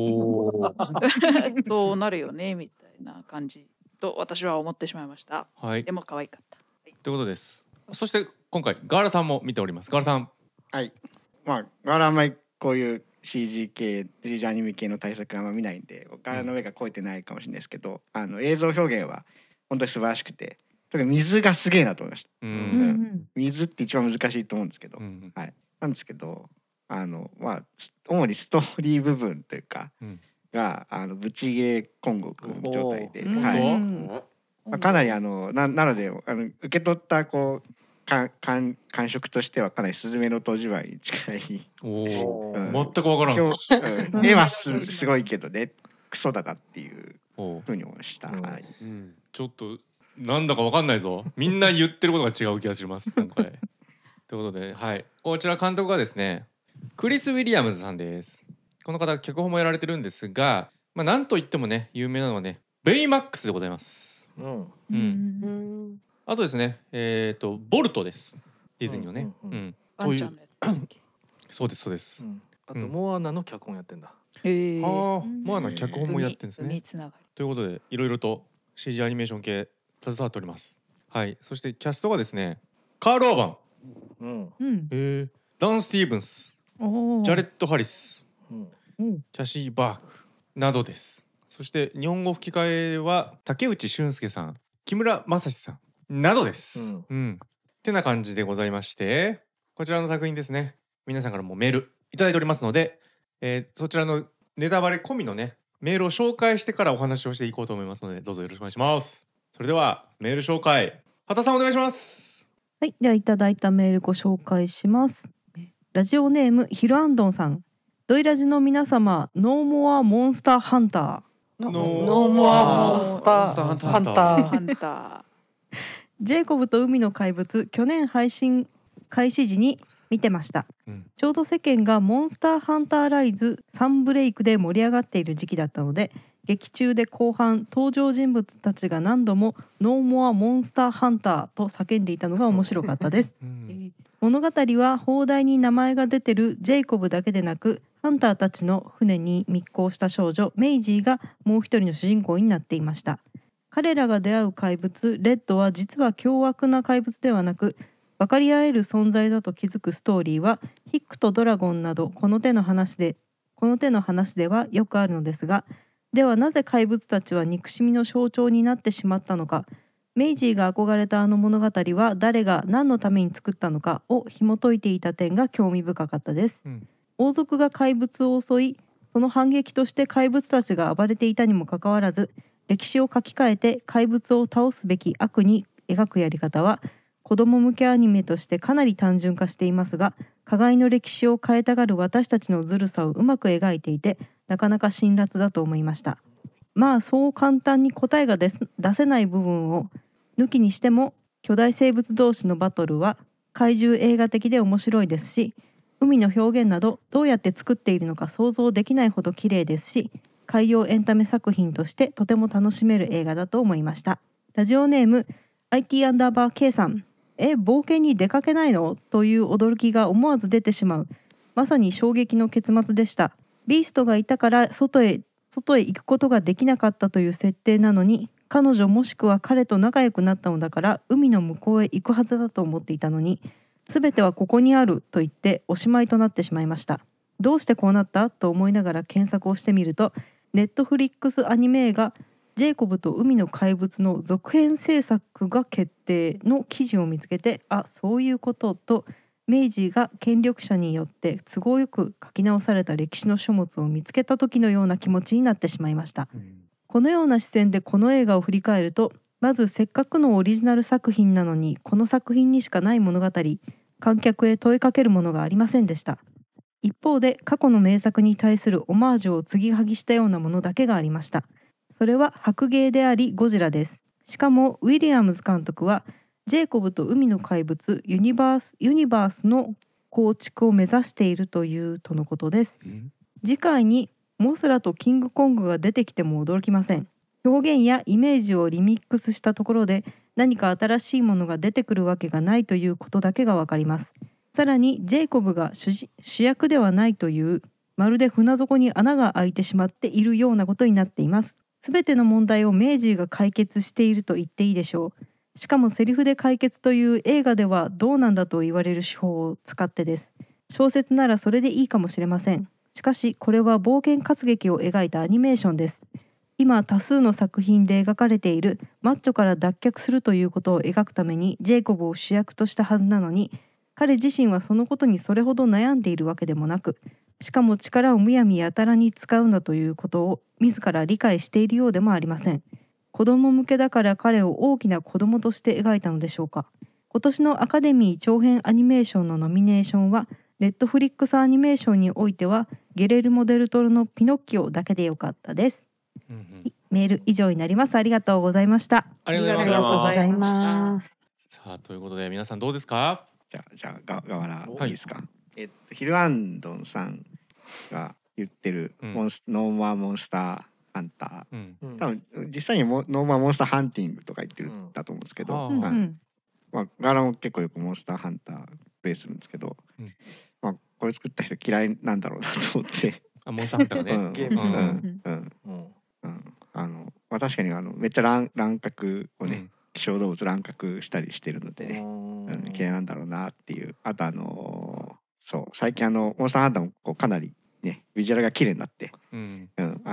Speaker 6: そうなるよねみたいな感じと私は思ってしまいました。
Speaker 1: はい、
Speaker 6: でも可愛かった、
Speaker 1: ということです。そして今回ガーラさんも見ております。ガーラさん。
Speaker 7: はい、ガーラあんまりこういう CG 系 3D アニメ系の対策あんま見ないんでガーラの上が超えてないかもしれないですけど、映像表現は本当に素晴らしくて、特に水がすげえなと思いました。水って一番難しいと思うんですけど、はい、なんですけど主にストーリー部分というか、がブチギレ混国状態で、かなりなので受け取ったこう感触としてはかなりスズメの戸締まりに近い。
Speaker 1: 全く分からん。
Speaker 7: 絵はすごいけどね、クソだなっていうふうに思いました。
Speaker 1: ちょっとなんだか分かんないぞ。みんな言ってることが違う気がします今回。ということで、はい、こちら監督がですねクリス・ウィリアムズさんです。この方脚本もやられてるんですが、なんといってもね有名なのはねベイマックスでございます。あとですねボルトです。ディズニーのね。
Speaker 6: ワンちゃんのやつでしたっけ。
Speaker 1: そうですそうです。
Speaker 2: あとモアナの脚本やってんだ。
Speaker 1: モアナ脚本もやってるんですね。ということでいろいろと CG アニメーション系携わっております。はい、そしてキャストがですねカール・オーバン、ダン・スティーブンス、ジャレット・ハリス、キャシー・バークなどです。 そして日本語吹き替えは竹内俊介さん、木村正史さんなどです。ってな感じでございまして、こちらの作品ですね、皆さんからもメールいただいておりますので、そちらのネタバレ込みのねメールを紹介してからお話をしていこうと思いますので、どうぞよろしくお願いします。それではメール紹介、畑さんお願いします。
Speaker 3: はい、ではいただいたメールご紹介します。ラジオネームヒルアンドンさん、ドイラジの皆様、ノーモアモンスターハンター。
Speaker 5: ノーモアモンスターハンター。
Speaker 3: ジェイコブと海の怪物、去年配信開始時に見てました、ちょうど世間がモンスターハンターライズ3ブレイクで盛り上がっている時期だったので、劇中で後半登場人物たちが何度もノーモアモンスターハンターと叫んでいたのが面白かったです、物語は砲台に名前が出てるジェイコブだけでなく、ハンターたちの船に密航した少女メイジーがもう一人の主人公になっていました。彼らが出会う怪物レッドは実は凶悪な怪物ではなく、分かり合える存在だと気づくストーリーはヒックとドラゴンなどこの手の話ではよくあるのですが、ではなぜ怪物たちは憎しみの象徴になってしまったのか、メイジーが憧れたあの物語は誰が何のために作ったのかを紐解いていた点が興味深かったです、王族が怪物を襲い、その反撃として怪物たちが暴れていたにもかかわらず、歴史を書き換えて怪物を倒すべき悪に描くやり方は子供向けアニメとしてかなり単純化していますが、加害の歴史を変えたがる私たちのずるさをうまく描いていて、なかなか辛辣だと思いました。まあそう簡単に答えが出せない部分を抜きにしても、巨大生物同士のバトルは怪獣映画的で面白いですし、海の表現などどうやって作っているのか想像できないほど綺麗ですし、海洋エンタメ作品としてとても楽しめる映画だと思いました。ラジオネーム IT_K さん、冒険に出かけないのという驚きが思わず出てしまう、まさに衝撃の結末でした。ビーストがいたから外へ行くことができなかったという設定なのに、彼女もしくは彼と仲良くなったのだから海の向こうへ行くはずだと思っていたのに、全てはここにあると言っておしまいとなってしまいました。どうしてこうなったと思いながら検索をしてみると、ネットフリックスアニメ映画ジェイコブと海の怪物の続編制作が決定の記事を見つけて、あ、そういうことと、メイジーが権力者によって都合よく書き直された歴史の書物を見つけた時のような気持ちになってしまいました、このような視線でこの映画を振り返ると、まずせっかくのオリジナル作品なのにこの作品にしかない物語、観客へ問いかけるものがありませんでした。一方で過去の名作に対するオマージュを継ぎはぎしたようなものだけがありました。それは白芸でありゴジラです。しかもウィリアムズ監督はジェイコブと海の怪物ユニバースの構築を目指しているとのことです。次回にモスラとキングコングが出てきても驚きません。表現やイメージをリミックスしたところで何か新しいものが出てくるわけがないということだけがわかります。さらにジェイコブが主役ではないという、まるで船底に穴が開いてしまっているようなことになっています。すべての問題をメイジーが解決していると言っていいでしょう。しかもセリフで解決という映画ではどうなんだと言われる手法を使ってです。小説ならそれでいいかもしれません。しかしこれは冒険活劇を描いたアニメーションです。今多数の作品で描かれているマッチョから脱却するということを描くためにジェイコブを主役としたはずなのに、彼自身はそのことにそれほど悩んでいるわけでもなく、しかも力をむやみやたらに使うんだということを自ら理解しているようでもありません。子供向けだから彼を大きな子供として描いたのでしょうか。今年のアカデミー長編アニメーションのノミネーションはネットフリックスアニメーションにおいてはゲレルモ・デルトロのピノッキオだけでよかったです。メール以上になります。ありがとうございました。
Speaker 1: ありがとうございます。さあということで皆さんどうですか。
Speaker 7: じゃあガワラいいですか。ヒルアンドンさんが言ってるノーマーモンスターハンター、多分実際にノーマーモンスターハンティングとか言ってるんだと思うんですけど、ガラも結構よくモンスターハンタープレイするんですけど、これ作った人嫌いなんだろうなと思って。
Speaker 1: モンスターハンターね。ゲー
Speaker 7: ム確かにめっちゃ乱獲をね、希少動物乱獲したりしてるので、嫌いなんだろうなっていう。あとそう最近モンスターハンターもかなりねビジュアルが綺麗になって、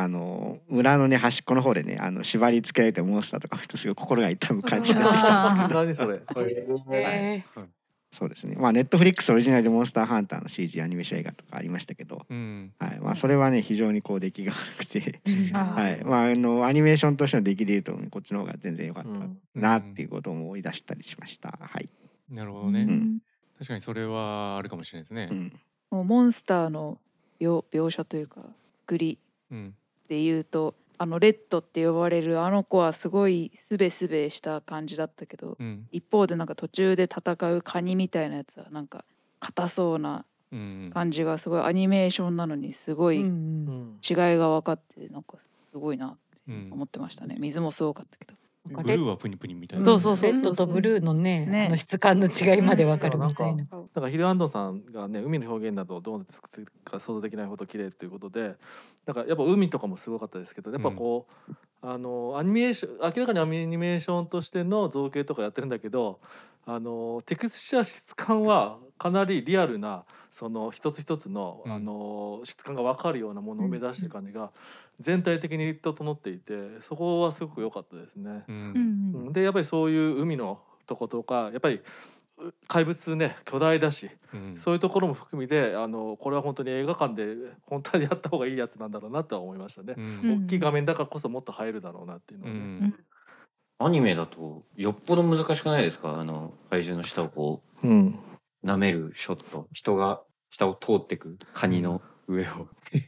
Speaker 7: 村のね端っこの方でね縛り付けられてモンスターとかすごい心が痛む感じになってきたんですけど。
Speaker 2: 何それ。
Speaker 7: そうですね。まあネットフリックスオリジナルでモンスターハンターの CG アニメーション映画とかありましたけど、はい、まあそれはね非常にこう出来が悪くて、はい、まあアニメーションとしての出来でいうとこっちの方が全然良かったなっていうことを思い出したりしました。はい。
Speaker 1: なるほどね。確かにそれはあるかもしれないですね。
Speaker 6: もうモンスターの描写というか作りでいうと、レッドって呼ばれる子はすごいスベスベした感じだったけど、一方でなんか途中で戦うカニみたいなやつはなんか硬そうな感じがすごいアニメーションなのにすごい違いが分かってなんかすごいなって思ってましたね。水もすごかったけど。
Speaker 1: ブルーはプニプニみたいな。
Speaker 5: レッドとブルーのね、質感の違いまで分かるみたいな。
Speaker 2: だからヒルアンドさんがね海の表現などをどう作っていくか想像できないほど綺麗ということで、だからやっぱ海とかもすごかったですけど、やっぱこう、アニメーション明らかにアニメーションとしての造形とかやってるんだけど、テクスチャ質感はかなりリアルなその一つ一つの、質感が分かるようなものを目指してる感じが全体的に整っていて、そこはすごく良かったですね。でやっぱりそういう海のとことかやっぱり怪物ね巨大だし、そういうところも含みでこれは本当に映画館で本当にやった方がいいやつなんだろうなとは思いましたね。大きい画面だからこそもっと映えるだろうなっていうのはね。
Speaker 4: アニメだとよっぽど難しくないですか？怪獣の下をこう、舐めるショット、人が下を通ってくカニの上を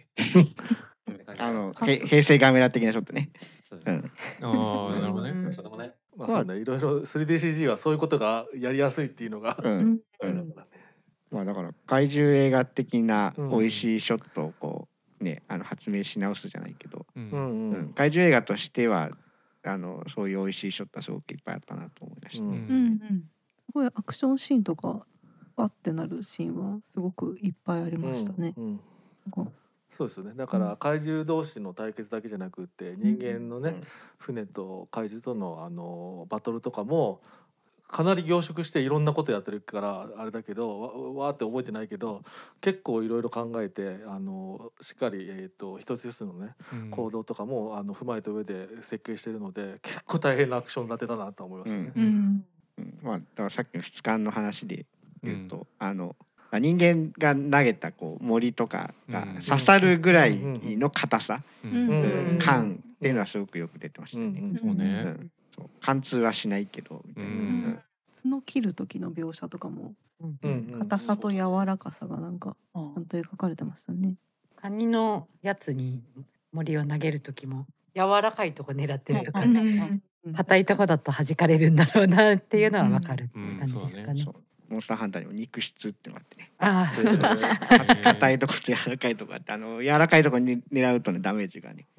Speaker 7: 平成ガメラ的なショットね。
Speaker 1: ああ、なるほどね。
Speaker 2: それもね、まあそうね、いろいろ 3DCG はそういうことがやりやすいっていうのが、
Speaker 7: まあだから怪獣映画的な美味しいショットをこうね発明し直すじゃないけど、怪獣映画としてはそういう美味しいショットはすごくいっぱいあったなと思いました。
Speaker 3: すごいアクションシーンとかわってなるシーンはすごくいっぱいありましたね。
Speaker 2: そうですよね。だから怪獣同士の対決だけじゃなくって人間のね、船と怪獣とのバトルとかもかなり凝縮していろんなことやってるからあれだけどわーって覚えてないけど結構いろいろ考えてしっかり一つ一つのね行動とかも踏まえた上で設計してるので結構大変なアクション立てだなと思いましたね。
Speaker 7: まあだからさっきの質感の話で言うと、人間が投げたこう森とかが刺さるぐらいの硬さ、感っていうのはすごくよく出てましたね。
Speaker 1: そうね。
Speaker 7: 貫通はしないけどみたいな。
Speaker 3: 角切る時の描写とかも硬さと柔らかさがなんかちゃんと描かれてましたね。
Speaker 5: カニのやつに森を投げる時も柔らかいとこ狙ってるとか、硬いとこだと弾かれるんだろうなっていうのはわかる感じですかね。
Speaker 7: モンスターハンターにも肉質ってのがあってね、硬いところと柔らかいところあって柔らかいところに狙うとねダメージがね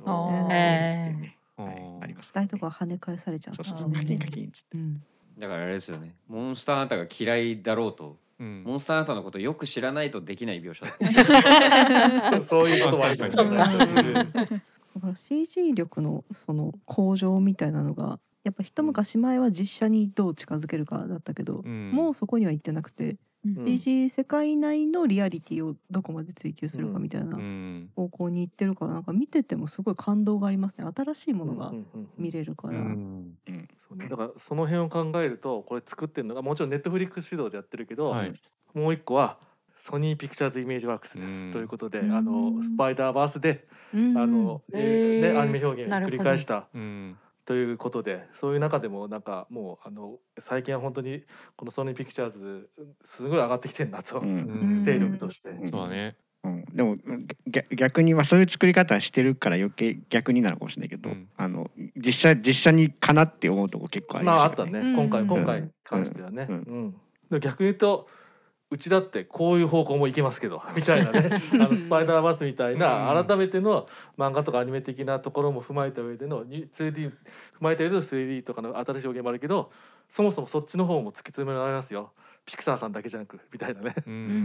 Speaker 7: あります。
Speaker 3: 硬いところは跳ね返されちゃう。
Speaker 4: だからあれですよね、モンスターハンターが嫌いだろうと、モンスターハンターのことをよく知らないとできない描写だ
Speaker 2: そういうことは確かに。
Speaker 3: CG 力のその向上みたいなのがやっぱ一昔前は実写にどう近づけるかだったけど、もうそこには行ってなくて、CG 世界内のリアリティをどこまで追求するかみたいな方向に行ってるから、なんか見ててもすごい感動がありますね。新しいものが見れるから。
Speaker 2: だからその辺を考えるとこれ作ってるのがもちろんネットフリックス主導でやってるけど、もう一個はソニーピクチャーズイメージワークスです、ということでスパイダーバースでアニメ表現を繰り返したということで、そういう中でもなんかもう最近は本当にこのソニーピクチャーズすごい上がってきてるなと、勢力として。
Speaker 1: そうだね。
Speaker 7: でも逆にそういう作り方してるから余計逆になるかもしれないけど、実写にかなって思うとこ結構ありましたね。
Speaker 2: あったね、今回に関してはね。逆に言うとうちだってこういう方向もいけますけどみたいなねスパイダーバースみたいな改めての漫画とかアニメ的なところも踏まえた上での 2D 踏まえた上での 3D とかの新しい表現もあるけど、そもそもそっちの方も突き詰められますよ、ピクサーさんだけじゃなくみたいなね。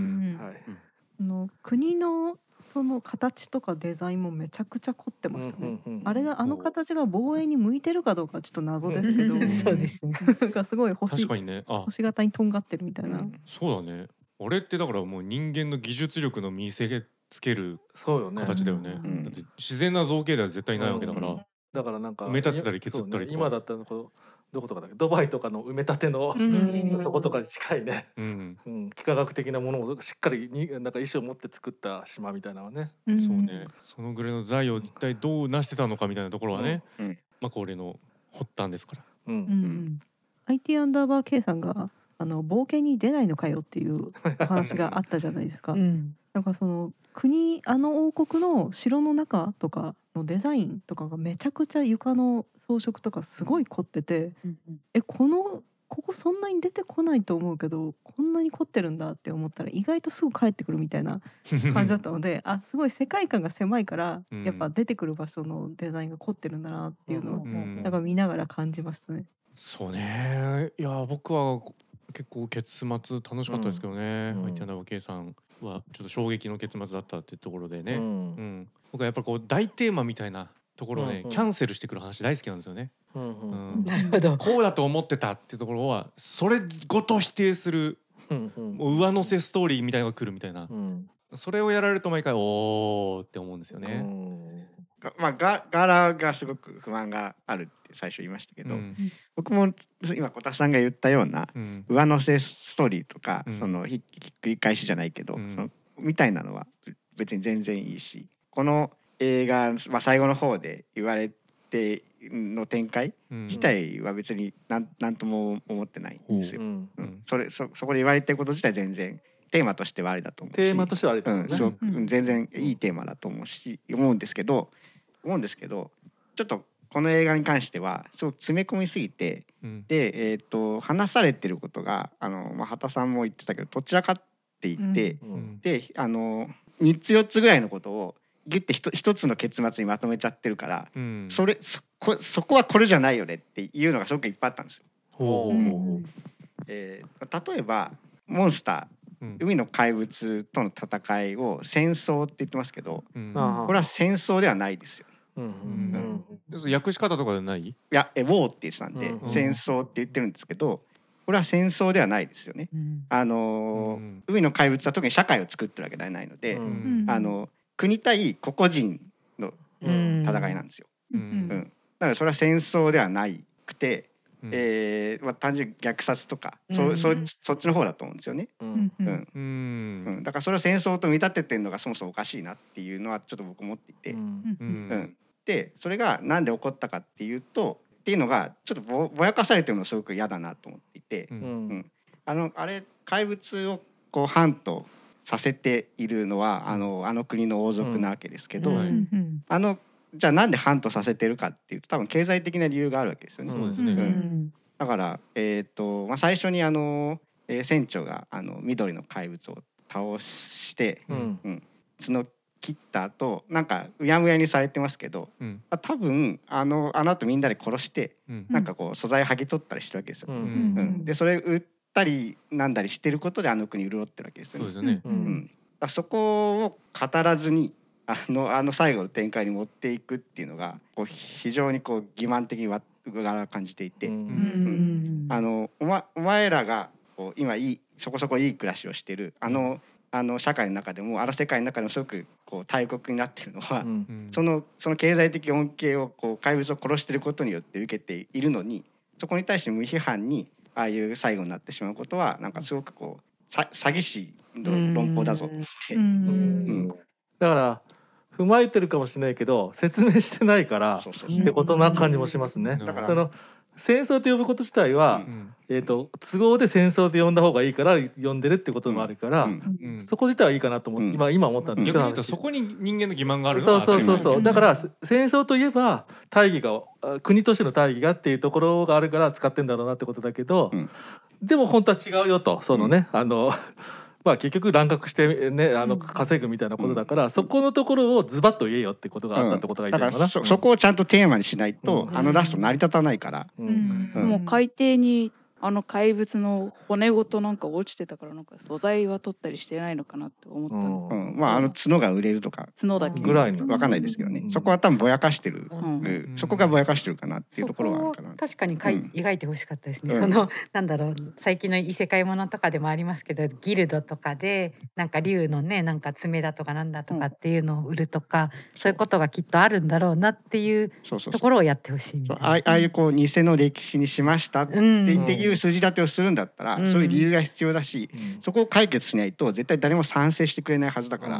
Speaker 3: 国のその形とかデザインもめちゃくちゃ凝ってましたね。あれが形が防衛に向いてるかどうかちょっと謎ですけど、
Speaker 5: そうですね。
Speaker 3: なんかすごい星型にとんがってるみたいな。
Speaker 1: そうだね。あれってだからもう人間の技術力の見せつける形だよね。だって自然な造形では絶対ないわけだから。
Speaker 2: だからなんか
Speaker 1: 埋め立てたり削ったりとか、
Speaker 2: 今だったらどことかだっけ、ドバイとかの埋め立てのとことかに近いね、幾何学的なものをしっかりになんか意思を持って作った島みたいなのはね、
Speaker 1: そうね、そのぐらいの財を一体どう成してたのかみたいなところはね、まあこれの発端ですから。
Speaker 3: IT アンダーバー K さんが冒険に出ないのかよっていう話があったじゃないですか。なんかその国王国の城の中とかのデザインとかがめちゃくちゃ床の装飾とかすごい凝ってて、ここそんなに出てこないと思うけどこんなに凝ってるんだって思ったら意外とすぐ帰ってくるみたいな感じだったのですごい世界観が狭いからやっぱ出てくる場所のデザインが凝ってるんだなっていうのをなんか見ながら感じましたね。
Speaker 1: そうね、いや僕は結構結末楽しかったですけどね。IT アンダーバー K さんはちょっと衝撃の結末だったっていうところでね、僕はやっぱこう大テーマみたいなところをね、キャンセルしてくる話大好きなんですよね。
Speaker 5: なるほど。
Speaker 1: こうだと思ってたっていうところはそれごと否定する、もう上乗せストーリーみたいなのが来るみたいな、それをやられると毎回おーって思うんですよね。
Speaker 7: まあ柄がすごく不安があるって最初言いましたけど、僕も今小田さんが言ったような上乗せストーリーとか、そのひっくり返しじゃないけど、そのみたいなのは別に全然いいし、この映画、最後の方で言われての展開自体は別になんとも思ってないんですよ。そこで言われてること自体全然テーマとしてはありだと思うし、
Speaker 2: テーマとしてはありだと思うね、
Speaker 7: 全然いいテーマだと思うんですけどちょっとこの映画に関してはすごく詰め込みすぎて、で話されてることが畑さんも言ってたけどどちらかっていって、で3つ4つぐらいのことをギュッて一つの結末にまとめちゃってるから、そこはこれじゃないよねっていうのがすごくいっぱいあったんですよ。例えばモンスター、海の怪物との戦いを戦争って言ってますけど、これは戦争ではないですよ。
Speaker 1: 訳し方とかでない？
Speaker 7: いやウォーって言ってたんで、戦争って言ってるんですけど、これは戦争ではないですよね。海の怪物は特に社会を作ってるわけではないので、国対個々人の戦いなんですよ。だからそれは戦争ではなくて、単純に虐殺とかそっちの方だと思うんですよね。だからそれを戦争と見立ててるのがそもそもおかしいなっていうのはちょっと僕思っていて、でそれがなんで起こったかっていうのがちょっとぼやかされてるのすごく嫌だなと思っていて、あれ怪物をこうハントさせているのはあの国の王族なわけですけど、じゃあなんでハントさせてるかっていうと多分経済的な理由があるわけですよね。
Speaker 1: そうですね。
Speaker 7: だから最初に船長が緑の怪物を倒して、角切った後なんかうやむやにされてますけど、多分あの後みんなで殺して、なんかこう素材剥ぎ取ったりしてるわけですよ。でそれ売ったりなんだりしてることであの国潤ってるわけですよね。
Speaker 1: そうですね。
Speaker 7: そこを語らずに最後の展開に持っていくっていうのがこう非常にこう欺瞞的に感じていて、お前らがこう今そこそこいい暮らしをしてる社会の中でも世界の中でもすごくこう大国になっているのは、その経済的恩恵をこう怪物を殺していることによって受けているのに、そこに対して無批判にああいう最後になってしまうことはなんかすごくこう詐欺師の論法だぞって、
Speaker 2: だから踏まえてるかもしれないけど説明してないからってことな感じもしますね。だからその戦争と呼ぶこと自体は、都合で戦争で呼んだ方がいいから呼んでるってこともあるから、そこ自体はいいかなと思って、今思ったんですけど、
Speaker 1: 逆に言うとそこに人間の欺瞞があるのは
Speaker 2: そうだから戦争といえば大義が国としての大義がっていうところがあるから使ってんだろうなってことだけど、でも本当は違うよと、そのね結局乱獲してね稼ぐみたいなことだから、そこのところをズバッと言えよってことがあったってことがいいのかな。
Speaker 7: だからそこをちゃんとテーマにしないと、ラスト成り立たないから。
Speaker 6: もう海底に怪物の骨ごとなんか落ちてたからなんか素材は取ったりしてないのかなって思ったんです。
Speaker 7: まあ角が売れるとか
Speaker 6: 角だけ
Speaker 2: ぐらいの
Speaker 7: わかんないですけどね。そこは多分ぼやかしてる、そこがぼやかしてるかなっていうところはあるかな。
Speaker 5: 確かに描いてほしかったですね。なんだろう、最近の異世界ものとかでもありますけど、ギルドとかでなんか竜のね、なんか爪だとかなんだとかっていうのを売るとか、そういうことがきっとあるんだろうなっていうところをやってほしいみたいな。
Speaker 7: ああいうこう偽の歴史にしましたっていう筋立てをするんだったら、そういう理由が必要だし、そこを解決しないと絶対誰も賛成してくれないはずだから、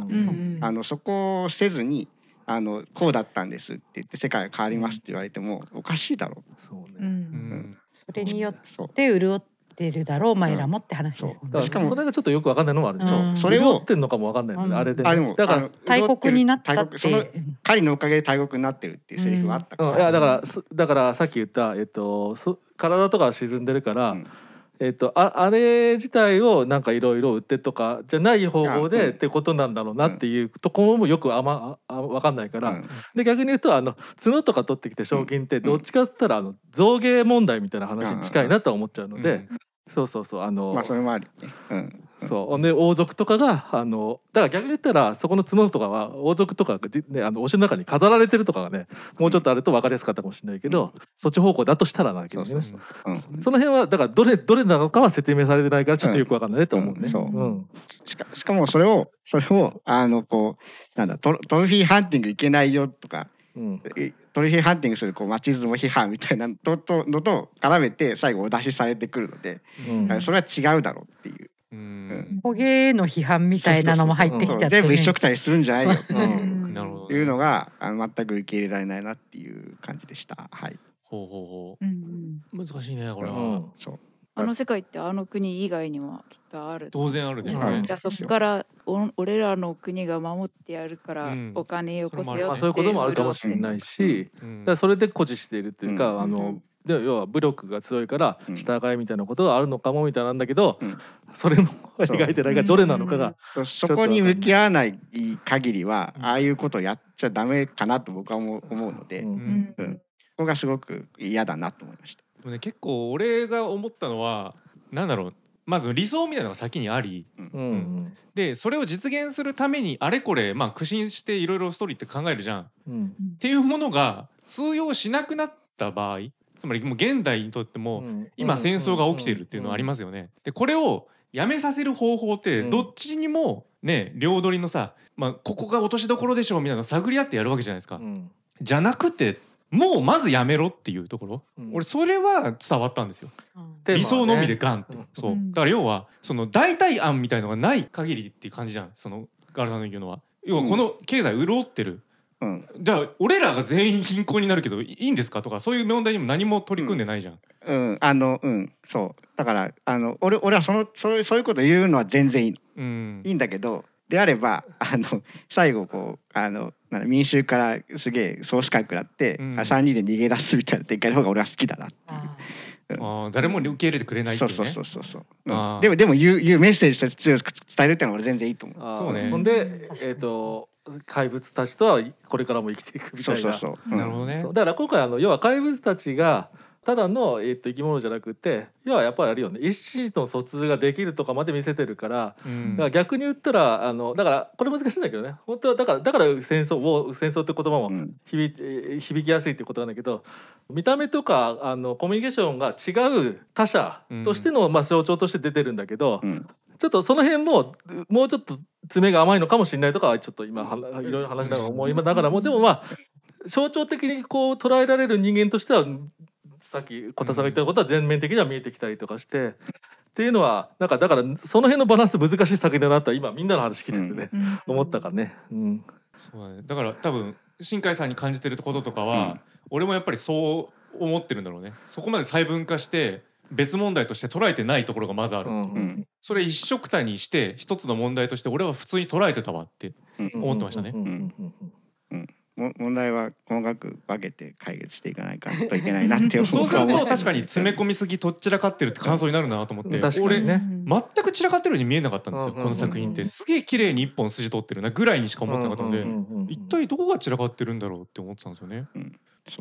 Speaker 7: そこをせずにこうだったんですって言って世界が変わりますって言われてもおかしいだろう。
Speaker 5: それによって潤ってるだろうお前らもって話ですね。
Speaker 2: しかもそれがちょっとよくわかんないのもあるね。
Speaker 7: それを
Speaker 2: 潤ってんのかもわかんないのね、あれで。
Speaker 5: だから大国になったって、
Speaker 7: その狩りのおかげで大国になってるっていうセリフがあったから。
Speaker 2: いやだからさっき言った体とか沈んでるから。あれ自体をなんかいろいろ売ってとかじゃない方法でってことなんだろうなっていうところもよく分かんないから、で逆に言うと角とか取ってきて賞金ってどっちかって言ったら象牙問題みたいな話に近いなとは思っちゃうので、そうま
Speaker 7: あそれもあるよね。
Speaker 2: そうで王族とかがだから逆に言ったらそこの角とかは王族とかが、ね、お城の中に飾られてるとかがねもうちょっとあると分かりやすかったかもしれないけど、そっち方向だとしたらなきゃね。その辺はだからどれなのかは説明されてないからちょっとよく分かんないと思うね。
Speaker 7: しかもそれをこうなんだトロフィーハンティングいけないよとか。トロフィーハンティングするマチズモ批判みたいなのと絡めて最後お出しされてくるので、それは違うだろうっていう。
Speaker 5: 捕鯨の批判みたいなのも入ってきたって、
Speaker 7: 全部一緒くたにするんじゃないよっていうのが全く受け入れられないなっていう感じでした。はい。
Speaker 1: 難しいねこれは。
Speaker 6: 世界って国以外にもきっとある。
Speaker 1: 当然あるでしょうね。
Speaker 6: じゃあそこから俺らの国が守ってやるからお金よこせよって
Speaker 2: そういうこともあるかもしれないし、それで誇示しているというか要は武力が強いから従いみたいなことがあるのかもみたいなんだけど、それも描いてないからどれなのかが
Speaker 7: そこに向き合わない限りはああいうことをやっちゃダメかなと僕は思うので、ここがすごく嫌だなと思いました。
Speaker 1: 結構俺が思ったのはなんだろう、まず理想みたいなのが先にあり、でそれを実現するためにあれこれ苦心していろいろストーリーって考えるじゃん、っていうものが通用しなくなった場合、つまりもう現代にとっても今戦争が起きてるっていうのはありますよね。でこれをやめさせる方法ってどっちにもね両取りのさ、ここが落としどころでしょうみたいなのを探り合ってやるわけじゃないですか、じゃなくてもうまずやめろっていうところ、俺それは伝わったんですよ、理想のみでガンって、そうだから要はその代替案みたいのがない限りっていう感じじゃん、そのガルさんの言うのは。要はこの経済潤ってる、じゃあ俺らが全員貧困になるけどいいんですかとかそういう問題にも何も取り組んでないじゃん。
Speaker 7: そうだから俺はそういうこと言うのは全然いいの、いいんだけど、であれば最後こう民衆からすげえ総司会食らって、3人で逃げ出すみたいな展開の方が俺は好きだなっていう。
Speaker 1: 誰も受け入れてくれないっていうね。
Speaker 7: そうでも言うメッセージとして強く伝えるっていうのは俺全然いいと思う。
Speaker 2: そうね。ほんで怪物たちとはこれからも生きていくみたいな。
Speaker 1: なるほどね。
Speaker 2: だから今回要は怪物たちがただの、生き物じゃなくて、要はやっぱりあるよね、意思の疎通ができるとかまで見せてるから、だから逆に言ったらだからこれ難しいんだけどね、本当はだから戦争って言葉も響きやすいってことなんだけど、見た目とかコミュニケーションが違う他者としての、象徴として出てるんだけど、ちょっとその辺もうちょっと詰めが甘いのかもしれないとかはちょっと今いろいろ話しながら思いながらも、でも象徴的にこう捉えられる人間としてはさっき小田さんが言ったことは全面的には見えてきたりとかして、っていうのはだからその辺のバランス難しい作品だなって今みんなの話聞いててね、思ったからね。
Speaker 1: そうだね。だから多分新海さんに感じてることとかは、俺もやっぱりそう思ってるんだろうね。そこまで細分化して別問題として捉えてないところがまずある、それ一緒くたにして一つの問題として俺は普通に捉えてたわって思ってましたね。
Speaker 7: 問題は細かく分けて解決していかないといけないなって思う。
Speaker 1: そうすると確かに詰め込みすぎとっちらかってるって感想になるなと思って、俺全く散らかってるように見えなかったんですよ。この作品ってすげえ綺麗に一本筋取ってるなぐらいにしか思ってなかったので、一体どこが散らかってるんだろうって思ってたんですよね。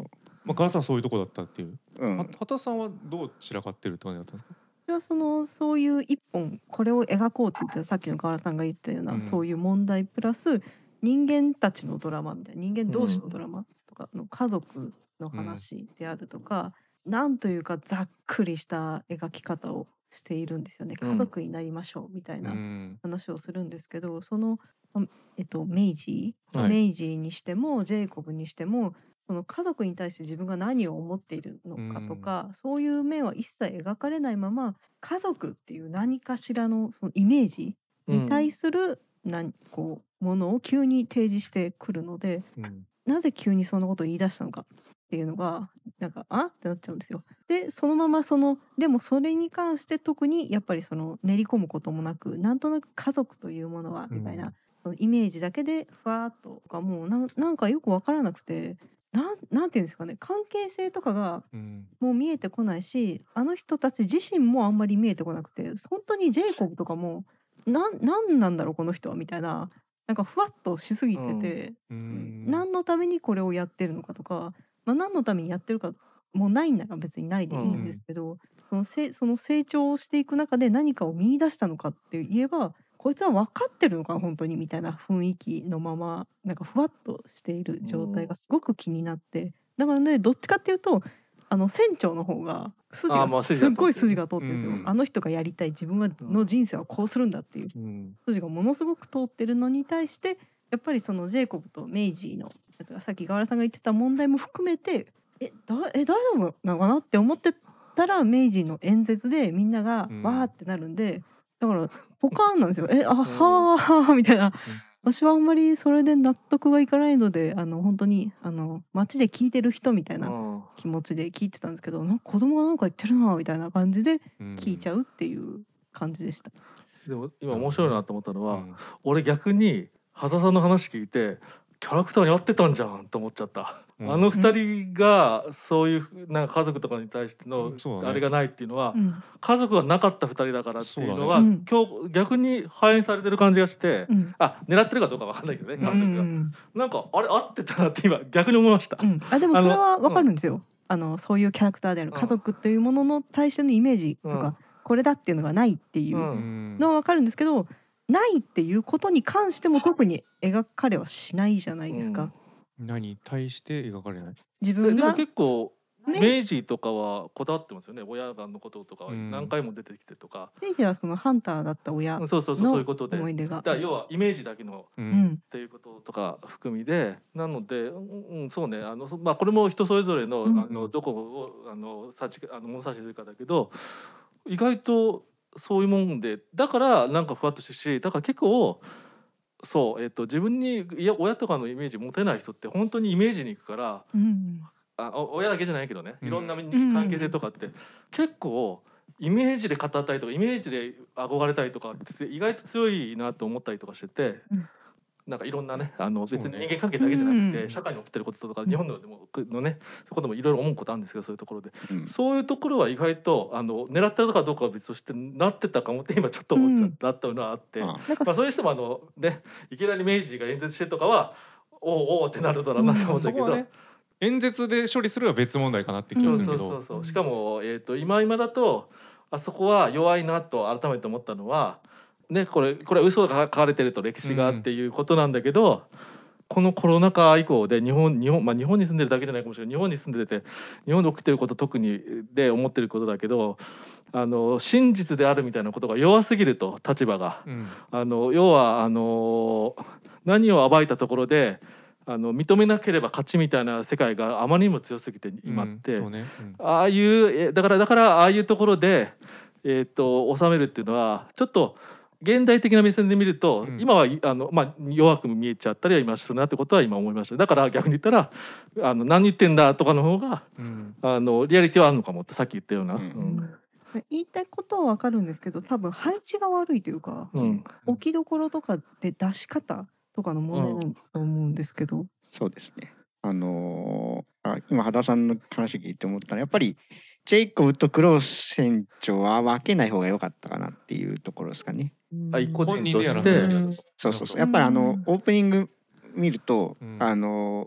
Speaker 1: まあガラさんそういうとこだったっていう。畑さんはどう散らかってるって感じだったんですか？
Speaker 3: そういう一本これを描こうって言ったさっきの河原さんが言ったような、そういう問題プラス人間たちのドラマみたいな、人間同士のドラマとかの家族の話であるとか、なんというかざっくりした描き方をしているんですよね。家族になりましょうみたいな話をするんですけど、そのメイジーにしてもジェイコブにしても、その家族に対して自分が何を思っているのかとか、そういう面は一切描かれないまま、家族っていう何かしらのそのイメージに対するこうものを急に提示してくるので、なぜ急にそんなことを言い出したのかっていうのがなんかってなっちゃうんですよ。でそのままでもそれに関して特にやっぱり練り込むこともなく、なんとなく家族というものはみたいな、そのイメージだけでふわっとか、もうなんかよく分からなくて、なんていうんですかね、関係性とかがもう見えてこないし、あの人たち自身もあんまり見えてこなくて、本当にジェイコブとかもなんなんだろうこの人はみたいな、なんかふわっとしすぎてて、何のためにこれをやってるのかとか、何のためにやってるかもうないんなら別にないでいいんですけど、その成長をしていく中で何かを見出したのかって言えば、こいつは分かってるのか本当にみたいな雰囲気のまま、なんかふわっとしている状態がすごく気になって、だからね、どっちかっていうと船長の方がすっごい筋が通ってるんですよ。あの人がやりたい自分の人生はこうするんだっていう筋がものすごく通ってるのに対して、やっぱりそのジェイコブとメイジーのやつがさっき河原さんが言ってた問題も含めて、大丈夫なのかなって思ってたら、メイジーの演説でみんながわーってなるんで、だからポカーンなんですよ。はーみたいな。私はあんまりそれで納得がいかないので、本当に街で聞いてる人みたいな気持ちで聞いてたんですけど、なんか子供がなんか言ってるなみたいな感じで聞いちゃうっていう感じでした。
Speaker 2: でも今面白いなと思ったのは、俺逆に畑さんの話聞いてキャラクターに合ってたんじゃんと思っちゃった。あの二人がそういうなんか家族とかに対してのあれがないっていうのは、家族がなかった二人だからっていうのは今日逆に反映されてる感じがして、狙ってるかどうかわかんないけどね、監督がなんかあれ合ってたなって今逆に思いました。
Speaker 3: でもそれはわかるんですよ。そういうキャラクターである家族というものの対してのイメージとか、これだっていうのがないっていうのはわかるんですけど、ないっていうことに関しても特に描かれはしないじゃないですか。
Speaker 1: 何対して描かれない？
Speaker 3: 自分が
Speaker 2: でも結構メイジーとかはこだわってますよね。親がのこととか何回も出てきてとか。
Speaker 3: メイジーはそのハンターだった親の思い出が、
Speaker 2: 要はイメージだけのっていうこととか含みで、なので、そうね、これも人それぞれのどこを物差しするかだけど、意外とそういうもんで、だからなんかふわっとしてるし、だから結構そう自分に親とかのイメージ持てない人って本当にイメージに行くから、親だけじゃないけどね、いろんな関係性とかって結構イメージで語ったりとかイメージで憧れたりとかって意外と強いなと思ったりとかしてて、なんかいろんなね別に人間関係だけじゃなくて社会に起きてることとか日本のねそういうこともいろいろ思うことあるんですけど、そういうところでそういうところは意外と狙ってたかどうかは別としてなってたかもって今ちょっと思っちゃったのはあって、そういう人もねいきなり明治が演説してとかはおおってなるだろうなと思ったけど、
Speaker 1: 演説で処理するは別問題かなって気がするけど、
Speaker 2: そうしかも今だとあそこは弱いなと改めて思ったのはね、これは嘘が書かれてると歴史がっていうことなんだけど、このコロナ禍以降で日本に住んでるだけじゃないかもしれない、日本に住んでて日本で起きてること特にで思ってることだけど、真実であるみたいなことが弱すぎると立場が、要は何を暴いたところで認めなければ勝ちみたいな世界があまりにも強すぎて今って、ああいうだからああいうところで収めるっていうのはちょっと現代的な目線で見ると、今は弱く見えちゃったりは今するなってことは今思いました。だから逆に言ったら何言ってんだとかの方が、リアリティはあるのかもってさっき言ったような。
Speaker 3: 言いたいことは分かるんですけど、多分配置が悪いというか、置きどころとかで出し方とかの問題だと思うんですけど、
Speaker 7: そうですね。今羽田さんの話聞いて思ったのはやっぱりジェイコブとクロー船長は分けない方が良かったかなっていうところですかね。
Speaker 2: 個人として
Speaker 7: そうやっぱりオープニング見ると、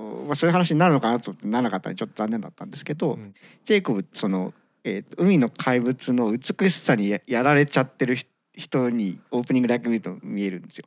Speaker 7: そういう話になるのかなとならなかったのでちょっと残念だったんですけど、ジェイコブ海の怪物の美しさに やられちゃってる人にオープニングだけ見ると見えるんですよ。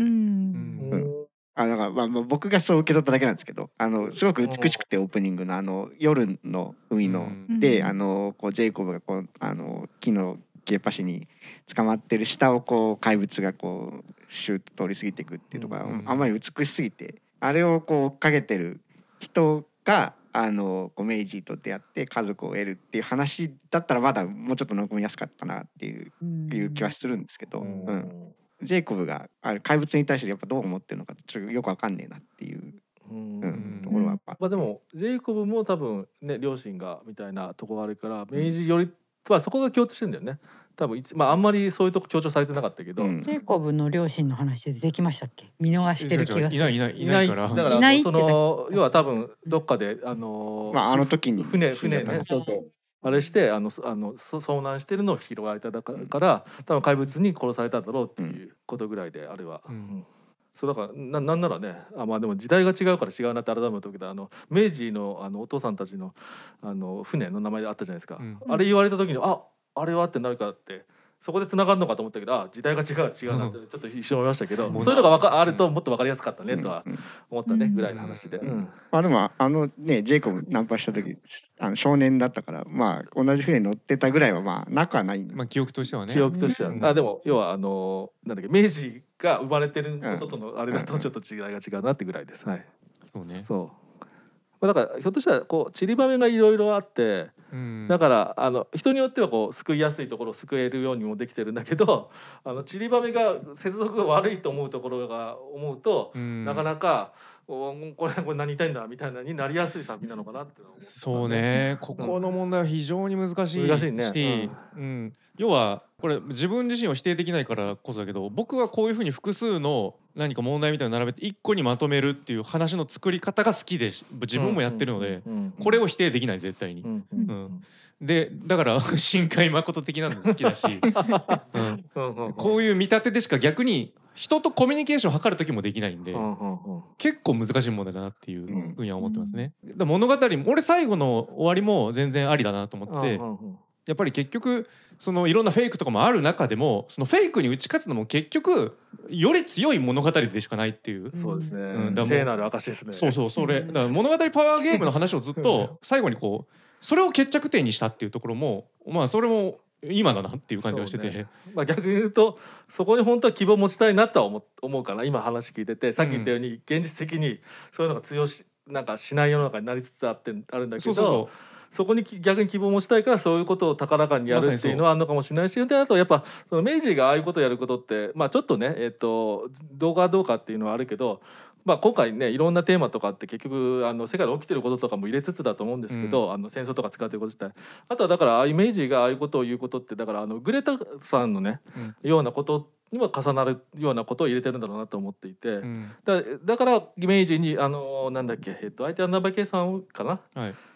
Speaker 7: だから僕がそう受け取っただけなんですけど、すごく美しくてオープニングの夜の海のでこうジェイコブがこう木の切れ端に捕まってる下をこう怪物がこうシューッと通り過ぎていくっていうのがあんまり美しすぎて、あれをこう追っかけてる人がこうメイジーと出会って家族を得るっていう話だったらまだもうちょっと飲みやすかったなっていう気はするんですけど、ジェイコブが怪物に対してやっぱどう思ってるのかちょっとよくわかんねえなっていうところはやっぱ。
Speaker 2: でもジェイコブも多分ね両親がみたいなところがあるから明治よりそこが共通してんだよね多分。あんまりそういうとこ強調されてなかったけど、ジ
Speaker 5: ェイコブの両親の話で出てきましたっけ？見逃してる気がする。
Speaker 1: いないから
Speaker 2: だから要は多分どっかであの
Speaker 7: 時に
Speaker 2: 船ねそうあれして遭難してるのを拾われたから多分怪物に殺されただろうっていうことぐらいであれは。そうだからなんならねでも時代が違うから違うなって改めて思うけど明治のお父さんたちの船の名前であったじゃないですか、あれ言われた時にあれはってなるかってそこで繋がるのかと思ったけど時代が違うなってちょっと一瞬思いましたけど、そういうのがあるともっと分かりやすかったねとは思ったねぐらいの話で。でも
Speaker 7: ねジェイコブナンパした時少年だったから同じ船に乗ってたぐらいはなくはない。
Speaker 1: 記憶としてはね。
Speaker 2: 記憶としてはでも要はなんだっけ明治が生まれてることとのあれだとちょっと違いが違うなってぐらいです。はい。
Speaker 1: そうね。
Speaker 2: だからひょっとしたらこう散りばめがいろいろあって、だから人によってはこう救いやすいところを救えるようにもできてるんだけど散りばめが接続が悪いと思うところが思うと、なかなかこれ何言いたいんだみたいなになりやすい作品なのかなって
Speaker 1: そうね。ここの問題は非常に難しいし、要はこれ自分自身を否定できないからこそだけど、僕はこういうふうに複数の何か問題みたいなの並べて一個にまとめるっていう話の作り方が好きで自分もやってるので、これを否定できない絶対に。でだから深海誠的なの好きだし、こういう見立てでしか逆に人とコミュニケーションを図る時もできないんで、結構難しい問題だなっていうふうには思ってますね。物語俺最後の終わりも全然ありだなと思って、やっぱり結局いろんなフェイクとかもある中でもそのフェイクに打ち勝つのも結局より強い物語でしかないっていう。
Speaker 2: そうですね。聖なる証ですね。
Speaker 1: それだから物語パワーゲームの話をずっと最後にこうそれを決着点にしたっていうところもそれも今だなっていう感じがしてて、
Speaker 2: 逆に言うとそこに本当は希望を持ちたいなとは思うかな。今話聞いててさっき言ったように現実的にそういうのが強しなんかしない世の中になりつつあるんだけど、そこに逆に希望を持ちたいからそういうことを高らかにやるっていうのはあるのかもしれないし、であとやっぱその明治がああいうことをやることってちょっとねどうかっていうのはあるけど、今回ねいろんなテーマとかって結局世界で起きてることとかも入れつつだと思うんですけど、戦争とか使ってること自体、あとはだから明治がああいうことを言うことってだからグレタさんのね、ようなことにも重なるようなことを入れてるんだろうなと思っていて、だから明治になんだっけ相手はナバケさんかな、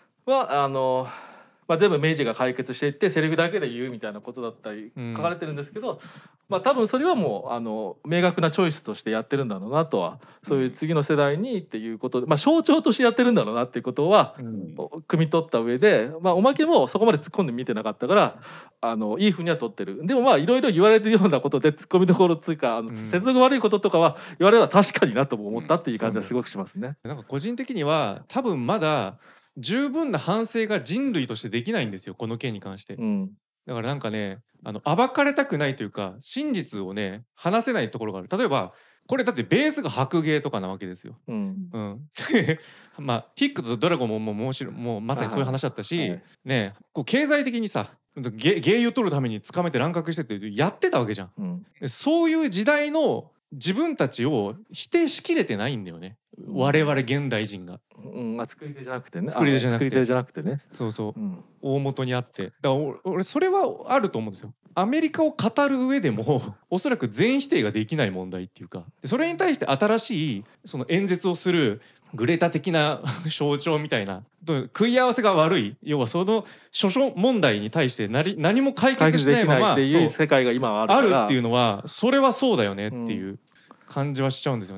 Speaker 2: 全部明治が解決していってセリフだけで言うみたいなことだったり書かれてるんですけど、多分それはもう明確なチョイスとしてやってるんだろうなとは、そういう次の世代にっていうことで、象徴としてやってるんだろうなっていうことは汲み取った上で、おまけもそこまで突っ込んで見てなかったからいいふうには取ってる。でもいろいろ言われてるようなことで突っ込みどころっていうか接続悪いこととかは言われれば確かになとも思ったっていう感じはすごくしますね。
Speaker 1: なんか個人的には多分まだ十分な反省が人類としてできないんですよこの件に関して。だからなんかね暴かれたくないというか真実をね話せないところがある。例えばこれだってベースが白芸とかなわけですよ。ヒックとドラゴンもまさにそういう話だったし、ねこう経済的にさ芸を取るために捕めて乱獲してってやってたわけじゃん。そういう時代の自分たちを否定しきれてないんだよね、我々現代人が。
Speaker 2: 作り手じゃなくてね。
Speaker 1: 作り手じゃなくて
Speaker 2: ね。
Speaker 1: 大元にあって。だから俺それはあると思うんですよ。アメリカを語る上でもおそらく全否定ができない問題っていうか、それに対して新しいその演説をするグレタ的な象徴みたいな食い合わせが悪い、要はその諸々問題に対して何も解決しないまま
Speaker 2: 世界が今
Speaker 1: あるっていうのはそれはそうだよねっていう感じはしちゃうんですよね。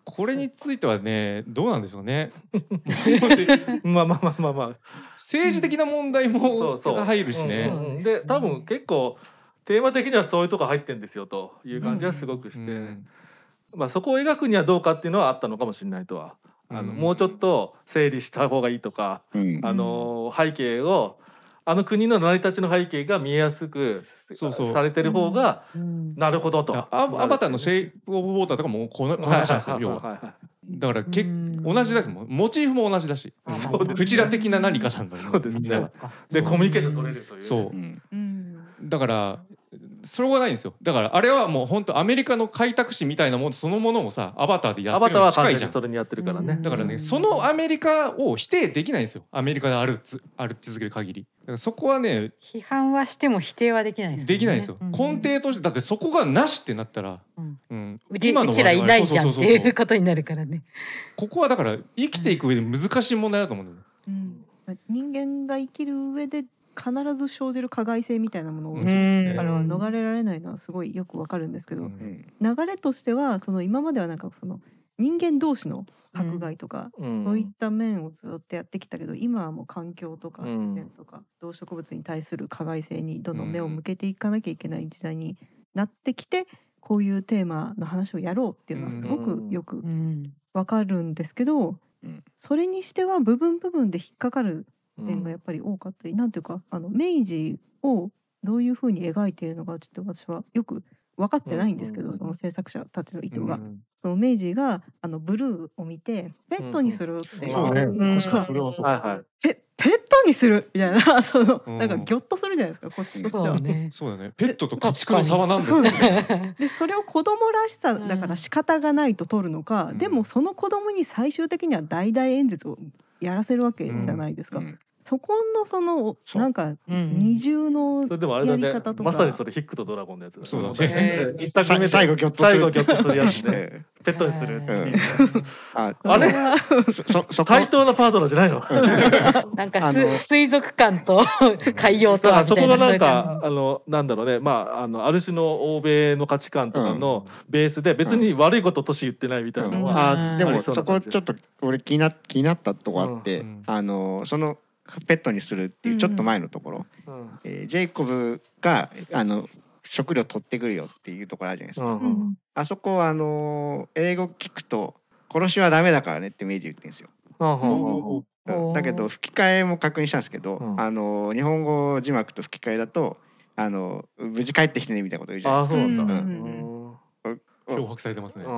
Speaker 1: これについてはねどうなんでしょうね。
Speaker 2: まあ
Speaker 1: 政治的な問題も入るしね。
Speaker 2: で多分結構テーマ的にはそういうとこ入ってんですよという感じはすごくして、まあそこを描くにはどうかっていうのはあったのかもしれないとは。もうちょっと整理した方がいいとか、背景を国の成り立ちの背景が見えやすくされてる方がなるほどと。
Speaker 1: アバターのシェイプオブウォーターとかもこの話なんですよ要は。だから同じですもん、モチーフも同じだし、クジラ的な何かなんだよね。
Speaker 2: そうですね。でコミュニケーション取れるという。
Speaker 1: そうだからそれがないんですよ。だからあれはもう本当アメリカの開拓史みたいなものそのものをさアバターでやってるのに近いじゃん。
Speaker 2: それにやってるからね。
Speaker 1: だからねそのアメリカを否定できないんですよ。アメリカである続ける限り。だからそこはね
Speaker 5: 批判はしても否定はできないですよね。
Speaker 1: できないんですよ。根底としてだってそこがなしってなったら、
Speaker 5: うちらいないじゃんっていうことになるからね。
Speaker 1: ここはだから生きていく上で難しい問題だと思うんだよね。
Speaker 3: 人間が生きる上で必ず生じる加害性みたいなものを逃れられないのはすごいよくわかるんですけど、流れとしてはその今まではなんかその人間同士の迫害とか、そういった面をずっとやってきたけど、今はもう環境とか自然とか動植物に対する加害性にどんどん目を向けていかなきゃいけない時代になってきて、こういうテーマの話をやろうっていうのはすごくよくわかるんですけど、それにしては部分で引っかかる点がやっぱり多かったり、なんていうか明治をどういうふうに描いているのかちょっと私はよく分かってないんですけど、その制作者たちの意図が、その明治がブルーを見てペットにするっていう、
Speaker 2: そうね、確かにそれはそう、
Speaker 3: ペットにするみたいなそのなんかギョッとするじゃないですか、こっちとしては。
Speaker 1: そうだね、ペットと家畜の差は何ですかね。
Speaker 3: でそれを子供らしさだから仕方がないと取るのか、でもその子供に最終的には大々演説をやらせるわけじゃないですか。そこのそのなんか二重のやり方とか、
Speaker 2: まさにそれヒックとドラゴンのやつだ。
Speaker 1: そうだね。
Speaker 2: 一作目最後ギョッとするやつでペットにするっていう。あれ対等なパートナーじゃないの？
Speaker 5: なんか水族館と海洋と
Speaker 2: そこがなんかなんだろうね、まあある種の欧米の価値観とかのベースで別に悪いこととし言ってないみたいなのは。
Speaker 7: でもそこちょっと俺気になったとこあって、そのペットにするっていうちょっと前のところ、ジェイコブが食料取ってくるよっていうところあるじゃないですか。あそこ英語聞くと殺しはダメだからねって明治言ってるんですよ。だけど吹き替えも確認したんですけど、日本語字幕と吹き替えだと無事帰ってきてねみたいなこと言うじゃないですか。
Speaker 1: 脅迫されてますね。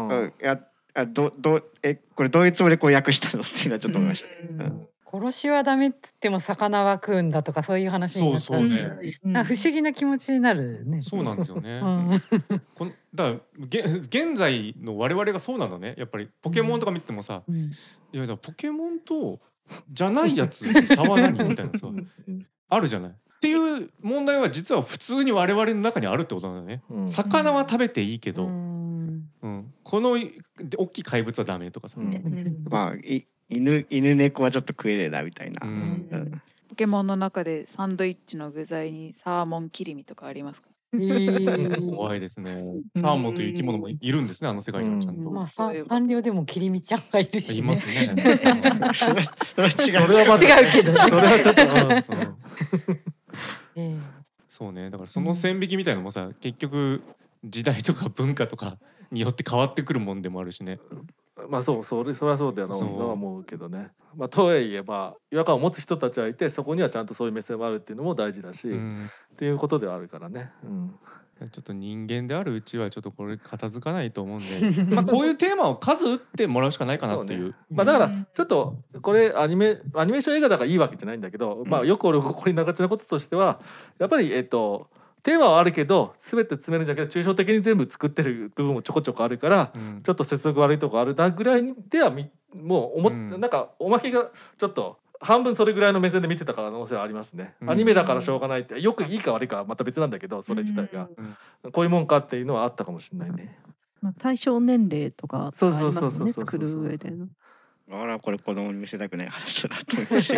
Speaker 7: これどういうつもりでこう訳したのっていうのはちょっと思いました。
Speaker 5: 殺しはダメって言っても魚は食うんだとかそういう話になったし、不思議な気持ちになるね。
Speaker 1: そうなんですよね。だから現在の我々がそうなんだね。やっぱりポケモンとか見てもさ、いやポケモンとじゃないやつ差は何みたいなさあるじゃない。っていう問題は実は普通に我々の中にあるってことなんだよね。魚は食べていいけど、この大きい怪物はダメとかさ。
Speaker 7: まあ犬猫はちょっと食えねえなみたいな。
Speaker 6: ポケモンの中でサンドイッチの具材にサーモン切り身とかありますか？
Speaker 1: 怖いですね。サーモンという生き物もいるんですね、あの世界にはちゃんと。
Speaker 5: まあサンリオでも切り身ちゃんがいるしね。
Speaker 1: いますね。
Speaker 2: それは
Speaker 5: 違うけどね。
Speaker 2: それはちょっと。
Speaker 1: そうね、だからその線引きみたいのもさ、結局時代とか文化とかによって変わってくるもんでもあるしね。
Speaker 2: まあそりゃそうだよなとは思うけどね。まあとはいえ違和感を持つ人たちはいて、そこにはちゃんとそういう目線もあるっていうのも大事だし、っていうことではあるからね。
Speaker 1: ちょっと人間であるうちはちょっとこれ片付かないと思うんで、まあこういうテーマを数打ってもらうしかないかなっていう。
Speaker 2: まあだからちょっとこれアニメーション映画だからいいわけじゃないんだけど、まあよく俺ここにながちなこととしてはやっぱりテーマはあるけど全て詰めるんじゃなくて抽象的に全部作ってる部分もちょこちょこあるから、ちょっと接続悪いとこあるなぐらいではもうなんかおまけがちょっと半分それぐらいの目線で見てた可能性はありますね。アニメだからしょうがないってよくいいか悪いかはまた別なんだけど、それ自体がこういうもんかっていうのはあったかもしれないね。
Speaker 3: 対象年齢とかありますよね、作る上での。
Speaker 7: これ子供に見せたくない話だなと思いました。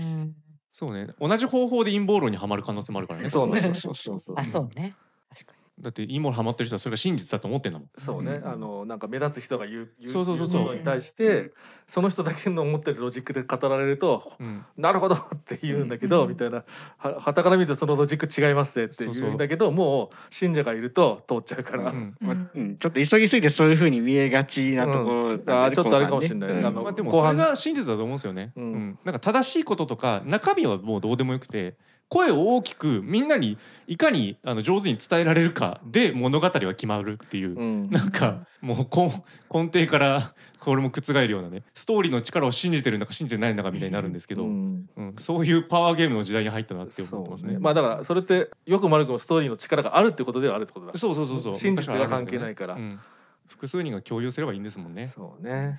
Speaker 1: そうね、同じ方法で陰謀論にはまる可能性もあるからね。
Speaker 2: そうね。
Speaker 5: あ、そうね。確かに。
Speaker 1: だっていいものハマってる人はそれが真実だと思ってんだもん。
Speaker 2: そうね、なんか目立つ人が言うのに対してその人だけの思ってるロジックで語られると、なるほどって言うんだけど、みたいな、はたから見るとそのロジック違いますって言うんだけど、もう信者がいると通っちゃうから、ち
Speaker 7: ょっと急ぎすぎてそういう風に見えがちなところ、
Speaker 2: ちょっとあれかもしれない。
Speaker 1: でもそれが真実だと思うんですよね。なんか正しいこととか中身はもうどうでもよくて、声を大きくみんなにいかに上手に伝えられるかで物語は決まるっていう、なんかもう根底からこれも覆るようなね、ストーリーの力を信じてるんだか信じてないんだかみたいになるんですけど、そういうパワーゲームの時代に入ったなって思ってますね。
Speaker 2: まあだからそれってよくも悪くもストーリーの力があるってことではあるってことだ。
Speaker 1: そう
Speaker 2: 真実が関係ないから、
Speaker 1: 複数人が共有すればいいんですもんね。
Speaker 2: そうね。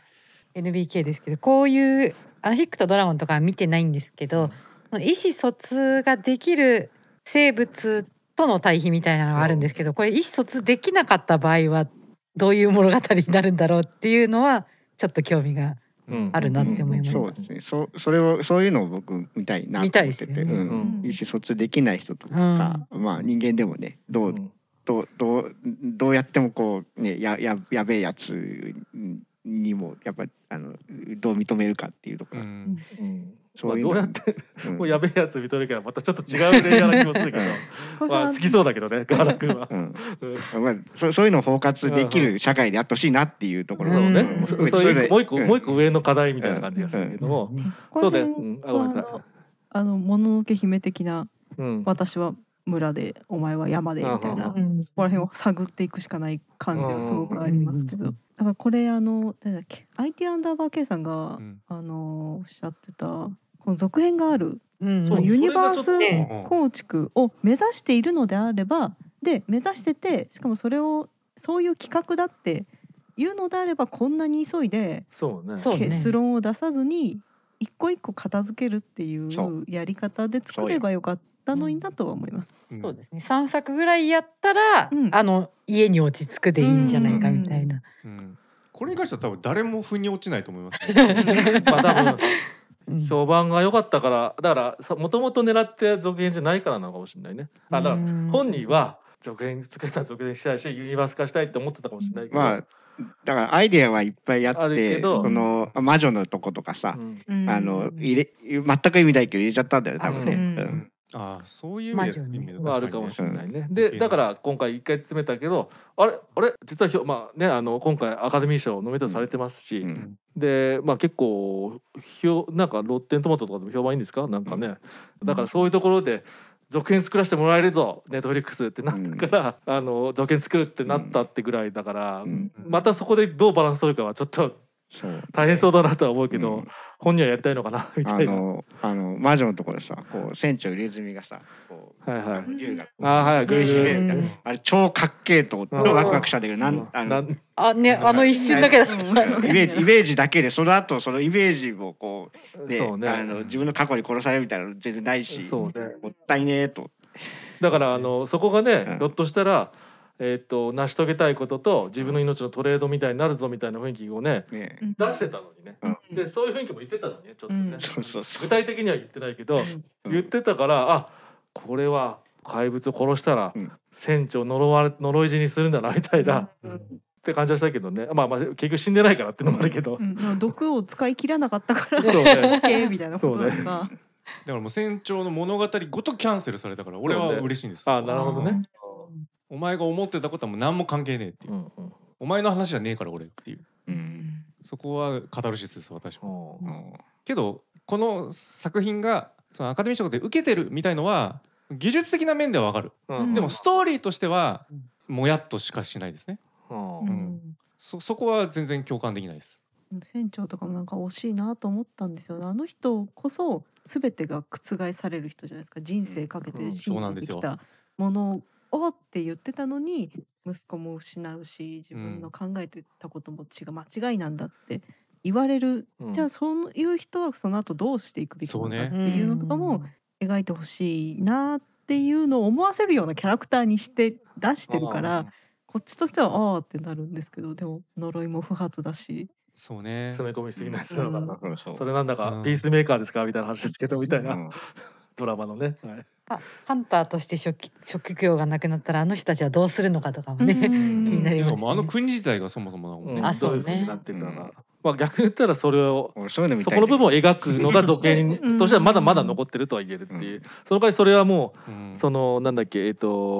Speaker 5: NBK ですけど、こういうヒックとドラゴンとかは見てないんですけど、意思疎通ができる生物との対比みたいなのがあるんですけど、これ意思疎通できなかった場合はどういう物語になるんだろうっていうのはちょっと興味があるなって思いました。
Speaker 7: そうですね。そういうのを僕見たいなと思ってて、意思疎通できない人とか、まあ人間でもね、どうやってもこうね、やべえやつにもやっぱどう認めるかっていうところ。
Speaker 2: そういうどうやってもうやべえやつ認めるからまたちょっと違うレイヤーな気もするけど、まあ好きそうだけどね、ガーラ君は。
Speaker 7: そういうのを包括できる社会であってほしいなっていうところ
Speaker 2: そうね。そういうもう一個上の課題みたいな感じがするけども、そうで、ごめんなさい。
Speaker 3: もののけ姫的な、私は村でお前は山でみたいな、そこら辺を探っていくしかない感じがすごくありますけど、だからこれ誰だっけ、IT アンダーバー K さんがおっしゃってたこの続編がある、ユニバース構築を目指しているのであれば、で目指してて、しかもそれをそういう企画だっていうのであれば、こんなに急いで結論を出さずに一個一個片付けるっていうやり方で作ればよかったのになとは思います。
Speaker 5: そうですね。3作ぐらいやったら、家に落ち着くでいいんじゃないかみたいな。
Speaker 1: これに関しては多分誰も腑に落ちないと思いますね。
Speaker 2: まあ多分評判が良かったから、だからもともと狙って続編じゃないからなのかもしれないね。だから本人は続編作ったら続編したいし、ユニバース化したいって思ってたかもしれないけど、
Speaker 7: まあだからアイデアはいっぱいあって、その魔女のとことかさ、全く意味ないけど入れちゃったんだよ多分ね。
Speaker 1: そういう意味で
Speaker 2: はあるかもしれないね。でだから今回一回詰めたけど、あれ実はまあね、今回アカデミー賞ノミネートされてますし、でまあ結構なんかロッテントマトとかでも評判いいんですか、なんかね。だからそういうところで続編作らせてもらえるぞネットフリックスってなったから、続編作るってなったってぐらいだから、またそこでどうバランス取るかはちょっと大変そうだなとは思うけど、本人はやりたいのかなみたいな。
Speaker 7: 魔女のところでさ、こう船長入れ墨がさ、こう竜があれ超かっけえとワクワクしたんだけど、
Speaker 5: 一瞬だけだ。
Speaker 7: イメージだけで、その後そのイメージをこうで自分の過去に殺されるみたいなの全然ないし、もったいねえと。
Speaker 2: だからそこがね、ひょっとしたら成し遂げたいことと自分の命のトレードみたいになるぞみたいな雰囲気をね出してたのにね、でそういう雰囲気も言ってたのにね、ちょっとね、具体的には言ってないけど言ってたから、あ、これは怪物を殺したら船長呪い死にするんだなみたいなって感じはしたけどね。まあ結局死んでないからっていうのもあるけど、
Speaker 3: 毒を使い切らなかったからそうねみたいなことだった。
Speaker 1: だからもう船長の物語ごとキャンセルされたから俺は嬉しいんです。
Speaker 2: あ、なるほどね。
Speaker 1: お前が思ってたことはもう何も関係ねえっていう、お前の話じゃねえから俺っていう、そこはカタルシスです私も。けどこの作品がそのアカデミー賞で受けてるみたいのは技術的な面ではわかる、でもストーリーとしてはもやっとしかしないですね。そこは全然共感できないです。
Speaker 3: 船長とかもなんか惜しいなと思ったんですよ。あの人こそ全てが覆される人じゃないですか。人生かけて信じてきたものをって言ってたのに、息子も失うし自分の考えてたことも間違いなんだって言われる、じゃあそういう人はその後どうしていくべきなのかっていうのとかも描いてほしいなっていうのを思わせるようなキャラクターにして出してるから、こっちとしてはああってなるんですけど、でも呪いも不発だし。
Speaker 1: そうね、
Speaker 2: 詰め込みすぎないですよ。それなんだかピースメーカーですかみたいな話ですけどみたいなドラマのね。
Speaker 5: ハンターとして職業がなくなったらあの人たちはどうするのかとかもね気になりますね。
Speaker 1: あの国自体がそもそもだもんね。
Speaker 2: そういう風になってるから。まあ逆に言ったらそれをそこの部分を描くのが続編としてはまだまだ残ってるとは言えるっていう。その代わりそれはもうそのなんだっけ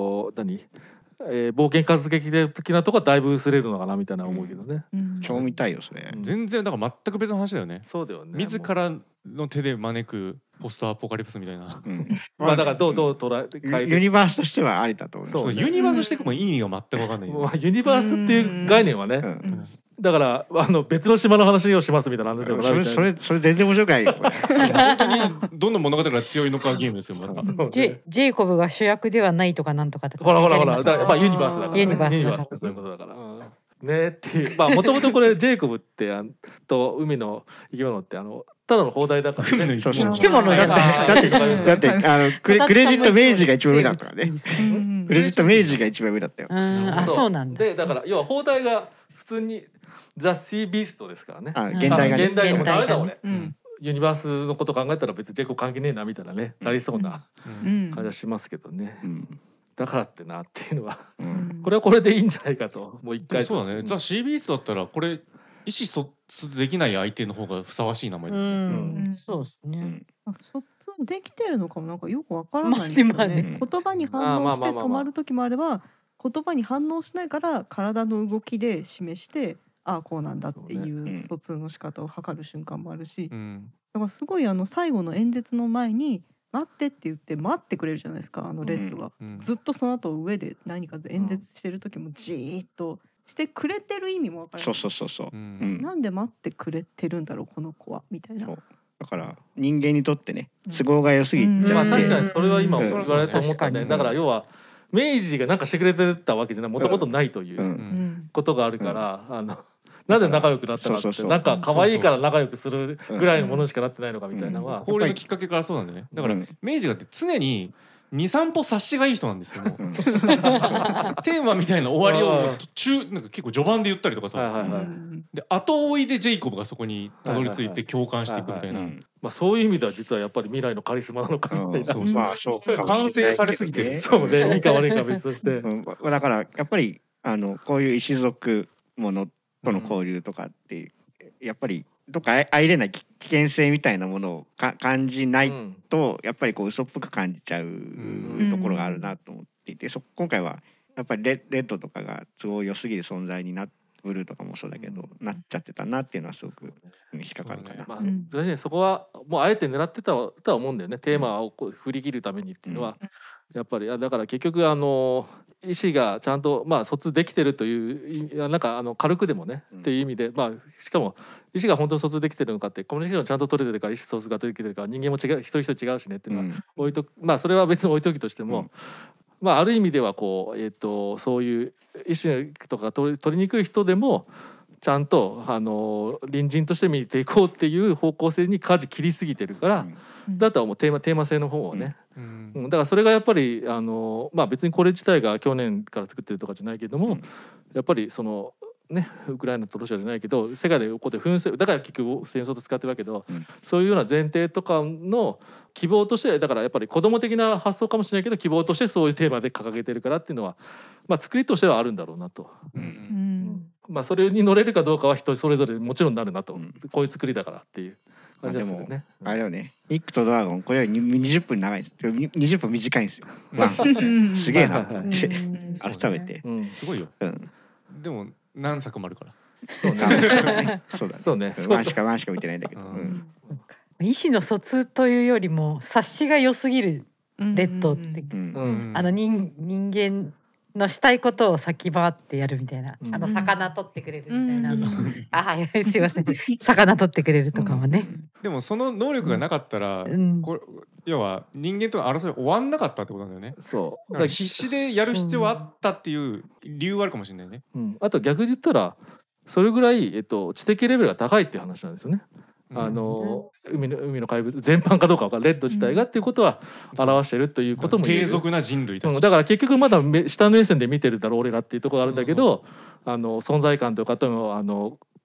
Speaker 2: 冒険活劇的なとこはだいぶ薄れるのかなみたいな思うけどね。
Speaker 7: 超見たいよそれ。
Speaker 1: 全然だから全く別の話だよね。
Speaker 2: そうだよね。
Speaker 1: 自らの手で招くポストアポカリプスみたいな。
Speaker 2: まあだからどう捉え
Speaker 7: ユニバースとしてはありだと思う。
Speaker 1: そうユニバースしていくも意味が全く分かんない。
Speaker 2: ユニバースっていう概念はね。だから別の島の話をしますみたいな話だから。
Speaker 7: それ全然面白くないよ。
Speaker 1: 本当にどんな物語が強いのかゲームですよ。
Speaker 5: ジェイコブが主役ではないとかなんとかって。
Speaker 2: ほらやっぱユニバースだから。
Speaker 5: ユニバース
Speaker 2: ってそういうことだから。ねっていうもともとこれジェイコブってと海の生き物ってただの放題だから。
Speaker 5: 海の生き物じゃない。
Speaker 7: だってクレジット明治が一番上だったからね。クレジット明治が一番上だったよ。
Speaker 5: あ、そうなんだ。
Speaker 2: でだから要は放題が普通にザ・シー・ビーストですからね。
Speaker 7: 現代が
Speaker 2: ダメだ俺。ユニバースのこと考えたら別にジェイコブ関係ねえなみたいなねなりそうな感じはしますけどね。だからってなっていうのはこれはこれでいいんじゃないかともう一回。
Speaker 1: そうだね。ザ・シー・ビーストだったらこれ意思疎通できない相手の方がふさわしい名前だね。
Speaker 5: そうですね。
Speaker 3: 疎通できてるのかもなんかよくわからないんですよね。言葉に反応して止まる時もあれば言葉に反応しないから体の動きで示してああこうなんだっていう疎通の仕方を測る瞬間もあるし、だからすごい最後の演説の前に待ってって言って待ってくれるじゃないですかレッドが、ずっとその後上で何か演説してる時もじーっとしてくれてる意味も分からない。
Speaker 7: そう、
Speaker 3: なんで待ってくれてるんだろうこの子はみたいな。
Speaker 7: だから人間にとってね都合が良すぎちゃって、
Speaker 2: 確かにそれは今言われて思ったね。だから要は明治がなんかしてくれてたわけじゃないもともとないということがあるからなんで仲良くなったかってなんか可愛いから仲良くするぐらいのものしかなってないのかみたいなのは
Speaker 1: 法律のきっかけからそうなんだよね。だから明治がって常に 2,3 歩察しがいい人なんですよ。テーマみたいな終わりをなんか結構序盤で言ったりとかさ、で後追いでジェイコブがそこにたどり着いて共感していくみたいな、
Speaker 2: そういう意味では実はやっぱり未来のカリスマなのかみたいな。
Speaker 1: 完成されすぎてる。
Speaker 2: そうね、いいか悪いか別として。
Speaker 7: だからやっぱりこういう石族ものとの交流とかってやっぱりどっか相入れない危険性みたいなものを感じないとやっぱりこう嘘っぽく感じちゃうところがあるなと思っていて、今回はやっぱりレッドとかが都合良すぎる存在にブルーとかもそうだけどなっちゃってたなっていうのはすごく引っかかるかな。
Speaker 2: そこはもうあえて狙ってたとは思うんだよね。テーマを振り切るためにっていうのはやっぱりだから結局意思がちゃんと疎通できてるというなんか軽くでもねっていう意味でしかも意思が本当に疎通できてるのかってコミュニケーションちゃんと取れてるから意思疎通ができてるから人間も違う一人一人違うしねっていうのは置いとそれは別に置いときとしてもある意味ではこうそういう意思とか取りにくい人でもちゃんと隣人として見ていこうっていう方向性に舵切りすぎてるからだったらもうテーマ性の方をねだからそれがやっぱり別にこれ自体が去年から作ってるとかじゃないけどもやっぱりウクライナとロシアじゃないけど世界で起こって紛争だから結局戦争と使ってるわけどそういうような前提とかの希望としてだからやっぱり子供的な発想かもしれないけど希望としてそういうテーマで掲げてるからっていうのは作りとしてはあるんだろうなと。それに乗れるかどうかは人それぞれもちろんなるなとこういう作りだからっていう。
Speaker 7: でもあれよね「イックとドラゴン」これは20分長いんです20分短いんですよ。すげえなって改めて
Speaker 1: すごいよ。でも何作もあるから。
Speaker 7: そうね。ワンしか見てないんだけど。
Speaker 5: 意思の疎通というよりも察しが良すぎるレッドって人間のしたいことを先回ってやるみたいな魚取ってくれるみたいなのすいません魚取ってくれるとかもね。
Speaker 1: でもその能力がなかったら要は人間との争い終わんなかったってことなんだよね。そうだから必死でやる必要はあったっていう理由はあるかもしれないね。
Speaker 2: あと逆に言ったらそれぐらい知的レベルが高いっていう話なんですよね。海の怪物全般かどうかレッド自体がっていうことは表してるということも
Speaker 1: 低俗な人類たち、
Speaker 2: だから結局まだ下の目線で見てるだろう俺らっていうところがあるんだけど存在感とかとの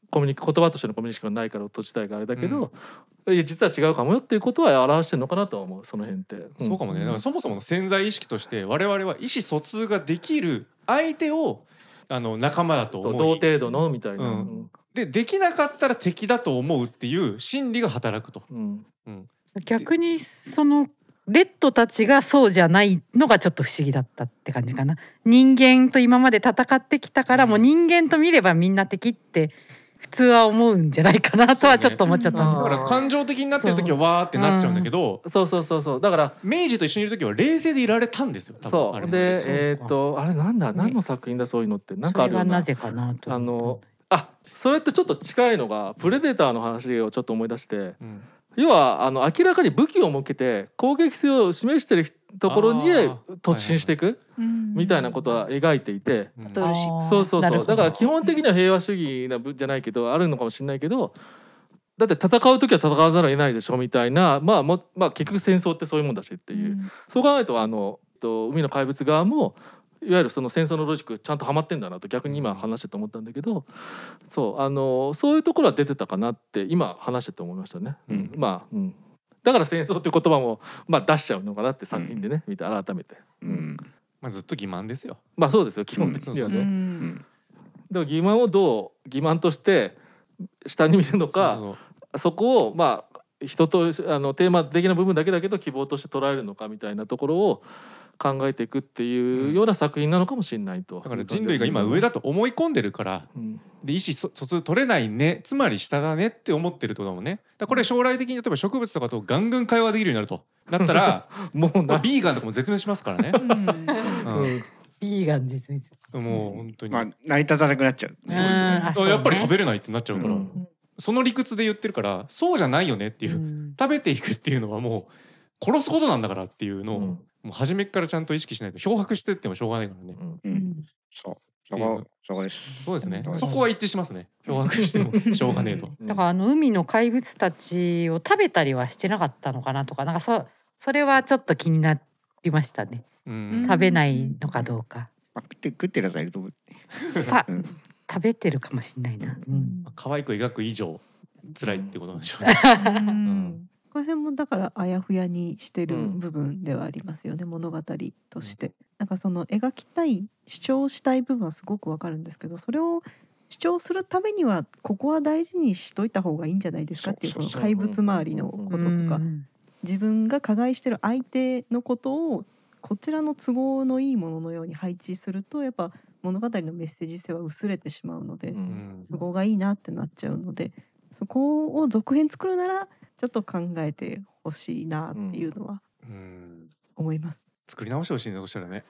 Speaker 2: 言葉としてのコミュニケーションがないから閉じたいからあれだけど、実は違うかもよっていうことは表してるのかなとは思う、その辺って。
Speaker 1: そうかもね。だからそもそもの潜在意識として我々は意思疎通ができる相手を仲間だと思う、
Speaker 2: 同程度のみたいな、
Speaker 1: できなかったら敵だと思うっていう心理が働くと、
Speaker 5: 逆にそのレッドたちがそうじゃないのがちょっと不思議だったって感じかな。人間と今まで戦ってきたから、もう人間と見ればみんな敵って普通は思うんじゃないかなとはちょっと思っちゃった、
Speaker 1: だから感情的になってる時はわーってなっちゃうんだけど、
Speaker 2: そうだから
Speaker 1: 明治と一緒にいる時は冷静でいられたんですよ。
Speaker 2: そうであれ何の作品だそういうのってなんかあるような。
Speaker 5: それはなぜかなと
Speaker 2: それってちょっと近いのがプレデターの話をちょっと思い出して、要は明らかに武器を向けて攻撃性を示してるところに突進していくみたいなことは描いていて、そうだから基本的には平和主義じゃないけどあるのかもしれないけど、だって戦う時は戦わざるを得ないでしょみたいな、まあ結局戦争ってそういうもんだしっていう、そう考えると海の怪物側もいわゆるその戦争のロジックちゃんとはまってんだなと逆に今話してて思ったんだけど、そういうところは出てたかなって今話してて思いましたね。だから戦争っていう言葉も出しちゃうのかなって作品でね見て改めて、
Speaker 1: ずっと欺瞞ですよ。
Speaker 2: そうですよ基本的にはね。でも欺瞞をどう欺瞞として下に見るのか、そこを人とテーマ的な部分だけだけど希望として捉えるのかみたいなところを考えていくっていうような作品なのかもしれないと。
Speaker 1: だから人類が今上だと思い込んでるから、で意思疎通取れないね、つまり下だねって思ってるってことだもんね。だこれ将来的に例えば植物とかとガンガン会話できるようになるとなったらもうビーガンとかも絶滅しますからね。
Speaker 5: ビーガン絶滅。
Speaker 1: もう本当に
Speaker 7: 成り立たなくなっちゃう。
Speaker 1: やっぱり食べれないってなっちゃうから、その理屈で言ってるからそうじゃないよねっていう、食べていくっていうのはもう殺すことなんだからっていうのを、もう初めからちゃんと意識しないと漂白してってもしょうがないからね。
Speaker 7: そうです。
Speaker 1: そうですね。そこは一致しますね。漂白してもしょうがねえと。
Speaker 5: だから海の怪物たちを食べたりはしてなかったのかなとか、なんかそれはちょっと気になりましたね。食べないのかどうか。
Speaker 7: 食ってるやつはいると思う。
Speaker 5: 食べてるかもしれないな。
Speaker 1: 可愛く描く以上辛いってことなんでしょうね。
Speaker 3: この辺もだからあやふやにしてる部分ではありますよね、物語として。なんかその描きたい主張したい部分はすごくわかるんですけど、それを主張するためにはここは大事にしといた方がいいんじゃないですかっていう、その怪物周りのこととか、自分が加害してる相手のことをこちらの都合のいいもののように配置すると、やっぱ物語のメッセージ性は薄れてしまうので、都合がいいなってなっちゃうので、そこを続編作るならちょっと考えてほしいなっていうのは思います。
Speaker 1: 作り直してほしいね、そしたらね。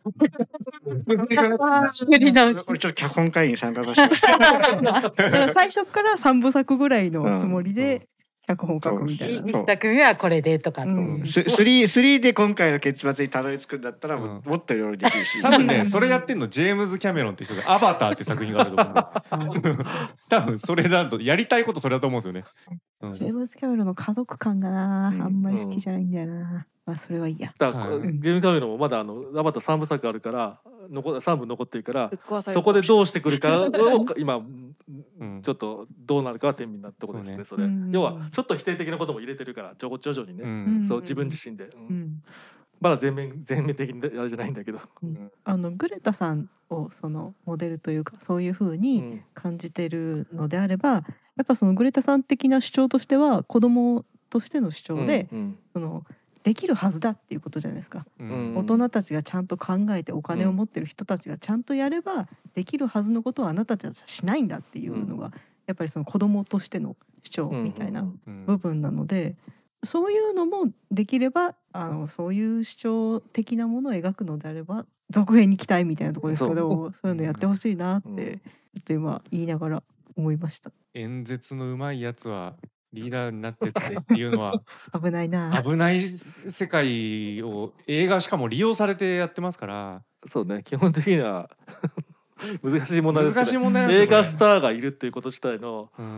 Speaker 3: 作り直し。
Speaker 7: これちょっと脚本会議に参加させて
Speaker 3: 最初から3部作ぐらいのつもりで脚本書くみたいな。
Speaker 5: 1作目はこれでとか。
Speaker 7: 3で今回の結末にたどり着くんだったらもっといろいろできるし。
Speaker 1: 多分ね、それやってんのジェームズ・キャメロンって人でアバターって作品があると思う。多分それだとやりたいことそれだと思うんですよね。
Speaker 3: ジェームズ・キャメロンの家族感がな、あんまり好きじゃないんだよな。それはいいや。
Speaker 2: だからジェームズ・キャメロンもまだアバター3部作あるから3部残ってるから、そこでどうしてくるかを今ちょっとどうなるかは天秤なってことですね。それ要はちょっと否定的なことも入れてるから徐々にね、そう自分自身で、まだ全面的にあれじゃないんだけど、
Speaker 3: グレタさんをそのモデルというかそういう風に感じてるのであれば、やっぱそのグレタさん的な主張としては子供としての主張で、そのできるはずだっていうことじゃないですか。大人たちがちゃんと考えてお金を持ってる人たちがちゃんとやればできるはずのことをあなたたちはしないんだっていうのがやっぱりその子供としての主張みたいな部分なので、そういうのもできればそういう主張的なものを描くのであれば続編に期待みたいなところですけど、そういうのやってほしいなってちょっと今言いながら思いました。
Speaker 1: 演説のうまいやつはリーダーになってっていうのは
Speaker 3: 危ないな。
Speaker 1: 危ない世界を映画しかも利用されてやってますから。
Speaker 2: そうね、基本的には難しい問題ですけど、
Speaker 1: 難しい問題
Speaker 2: 映画スターがいるっていうこと自体の、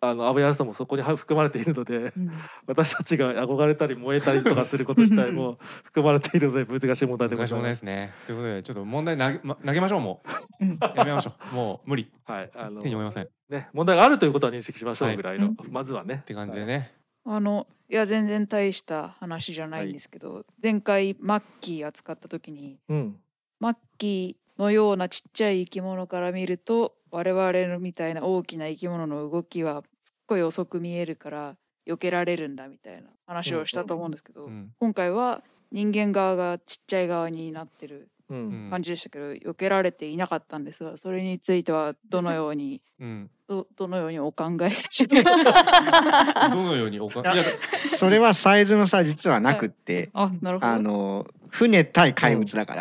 Speaker 2: 安倍康さんもそこに含まれているので、私たちが憧れたり燃えたりとかすること自体も含まれているので難しい問題でございます。難しい問題ですね。ということでちょっと問題投げましょう。もうやめましょう。もう無理。はい、手に負えません。ね、問題があるということは認識しましょうぐらいの、まずはねって感じでね。
Speaker 6: いや全然大した話じゃないんですけど、前回マッキー扱った時に、マッキーのようなちっちゃい生き物から見ると我々みたいな大きな生き物の動きはすっごい遅く見えるから避けられるんだみたいな話をしたと思うんですけど、今回は人間側がちっちゃい側になってる感じでしたけど、避けられていなかったんですが、それについてはどのように、どのようにお考えでしょうか。
Speaker 7: どのようにお考え。それはサイズの差実はなくって、
Speaker 6: なるほど。
Speaker 7: 船対怪物だから、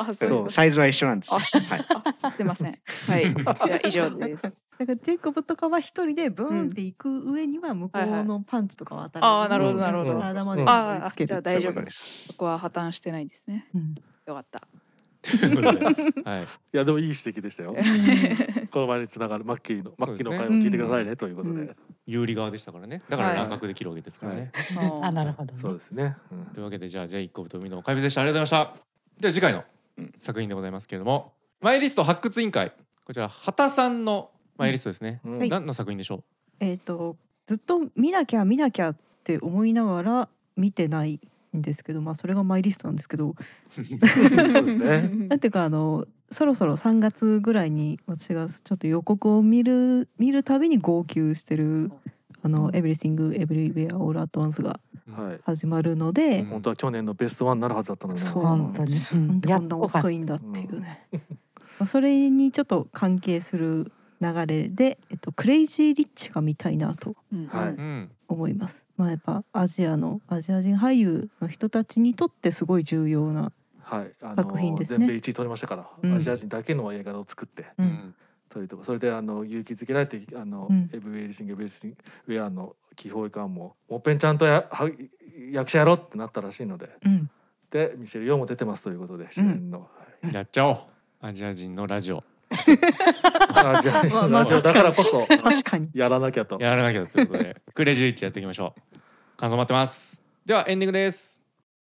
Speaker 7: そうサイズは一緒なんです。はい。
Speaker 6: すいません。はい。じゃあ以上です。
Speaker 3: だからジェイコブとかは一人でブーンって行く上には向こうのパンチとかは当たる。
Speaker 6: なるほどなるほど。
Speaker 3: 体までつける。
Speaker 6: じゃあ大丈夫です。そこは破綻してないんですね。よかった。
Speaker 2: はい。いやでもいい指摘でしたよ。この前につながるマッキーの会を聞いてくださいねということで。
Speaker 1: 有利側でしたからね。だから乱獲できるわけですからね。
Speaker 5: なるほど。
Speaker 2: そうですね。
Speaker 1: というわけでじゃあジェイコブと海の怪物でした。ありがとうございました。では次回の作品でございますけれども、マイリスト発掘委員会、こちら畑さんのマイリストですね。何の作品でしょ
Speaker 3: う。ずっと見なきゃって思いながら見てないんですけど、それがマイリストなんですけどそうですね。なんていうかそろそろ3月ぐらいに私がちょっと予告を見るたびに号泣してるEverything Everywhere All at Once が始まるので、
Speaker 2: 本当は去年のベストワンになるはずだったのに、
Speaker 3: 本当にこんな遅いんだっていうね。それにちょっと関係する流れで、クレイジーリッチが見たいなと思います。やっぱアジア人俳優の人たちにとってすごい重要な作品ですね。
Speaker 2: 全米1位取りましたから、アジア人だけの映画を作って、というところ、それで勇気づけられてエブリシングウェアの気泡感ももっぺんちゃんと役者やろうってなったらしいので、でミシェル・ヨーも出てますということで、主演の
Speaker 1: やっちゃおう、アジア人のラジオ。
Speaker 2: アジア人のラジオだからこそ
Speaker 3: 確かに
Speaker 2: やらなきゃと
Speaker 1: いうことでクレイジーリッチやっていきましょう。感想待ってます。ではエンディングです。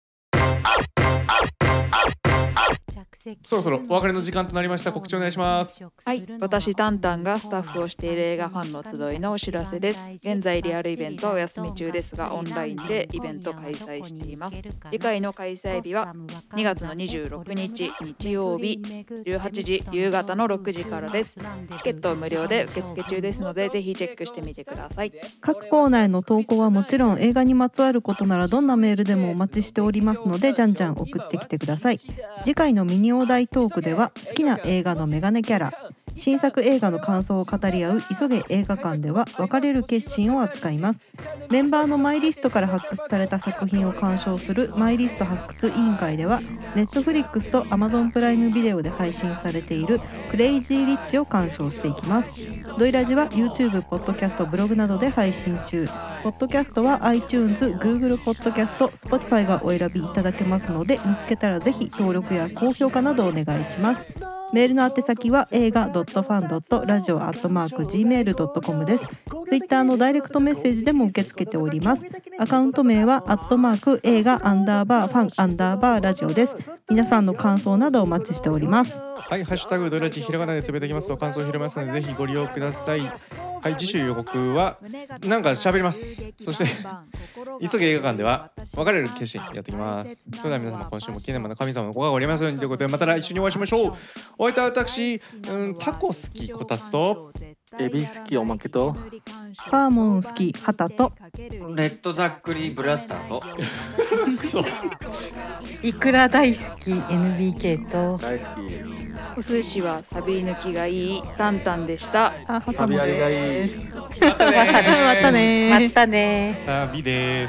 Speaker 1: そろそろお別れの時間となりました。告知お願いします。
Speaker 6: はい、私タンタンがスタッフをしている映画ファンの集いのお知らせです。現在リアルイベントはお休み中ですが、オンラインでイベント開催しています。次回の開催日は2月の26日日曜日18時夕方の6時からです。チケット無料で受付中ですので、ぜひチェックしてみてください。
Speaker 3: 各コーナーへの投稿はもちろん、映画にまつわることならどんなメールでもお待ちしておりますので、じゃんじゃん送ってきてください。次回のミニオーダイトークでは、好きな映画のメガネキャラ、新作映画の感想を語り合う急げ映画館では、別れる決心を扱います。メンバーのマイリストから発掘された作品を鑑賞するマイリスト発掘委員会では、Netflix と Amazon プライムビデオで配信されているクレイジーリッチを鑑賞していきます。ドイラジは YouTube、ポッドキャスト、ブログなどで配信中。ポッドキャストは iTunes、Google ポッドキャスト、Spotify がお選びいただけますので、見つけたらぜひ登録や高評価などお願いします。メールの宛先は映画.fan.radio@gmail.com です。ツイッターのダイレクトメッセージでも受け付けております。アカウント名は映画_ファンラジオです。皆さんの感想などお待ちしております。
Speaker 1: はい、ハッシュタグドイラジひらがなでつぶやいてきますと感想を拾いますので、ぜひご利用ください。はい、次週予告はなんか喋ります。そして急げ映画館では別れる決心やってきます。それでは皆様、今週もキネマの神様のご加護ありますようにということで、また来週にお会いしましょう。お相手は私、タコ好きこたつと、
Speaker 2: エビ好きおまけと、
Speaker 3: サーモン好きハタと、
Speaker 4: レッドざっくりブラスターと
Speaker 1: クソ
Speaker 5: イクラ大好き NBK と、
Speaker 2: 大好き
Speaker 6: お寿司はサビ抜きがいいタンタンでした。
Speaker 2: サビありがいい。
Speaker 1: またね
Speaker 5: またね。
Speaker 1: サビです。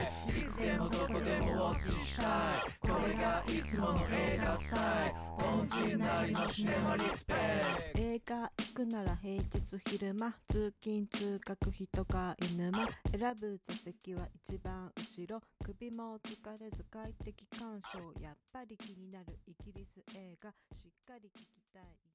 Speaker 8: 映画行くなら平日昼間、通勤通学人が犬間、選ぶ座席は一番後ろ、首も疲れず快適鑑賞、やっぱり気になるイギリス映画、しっかり聞きたい。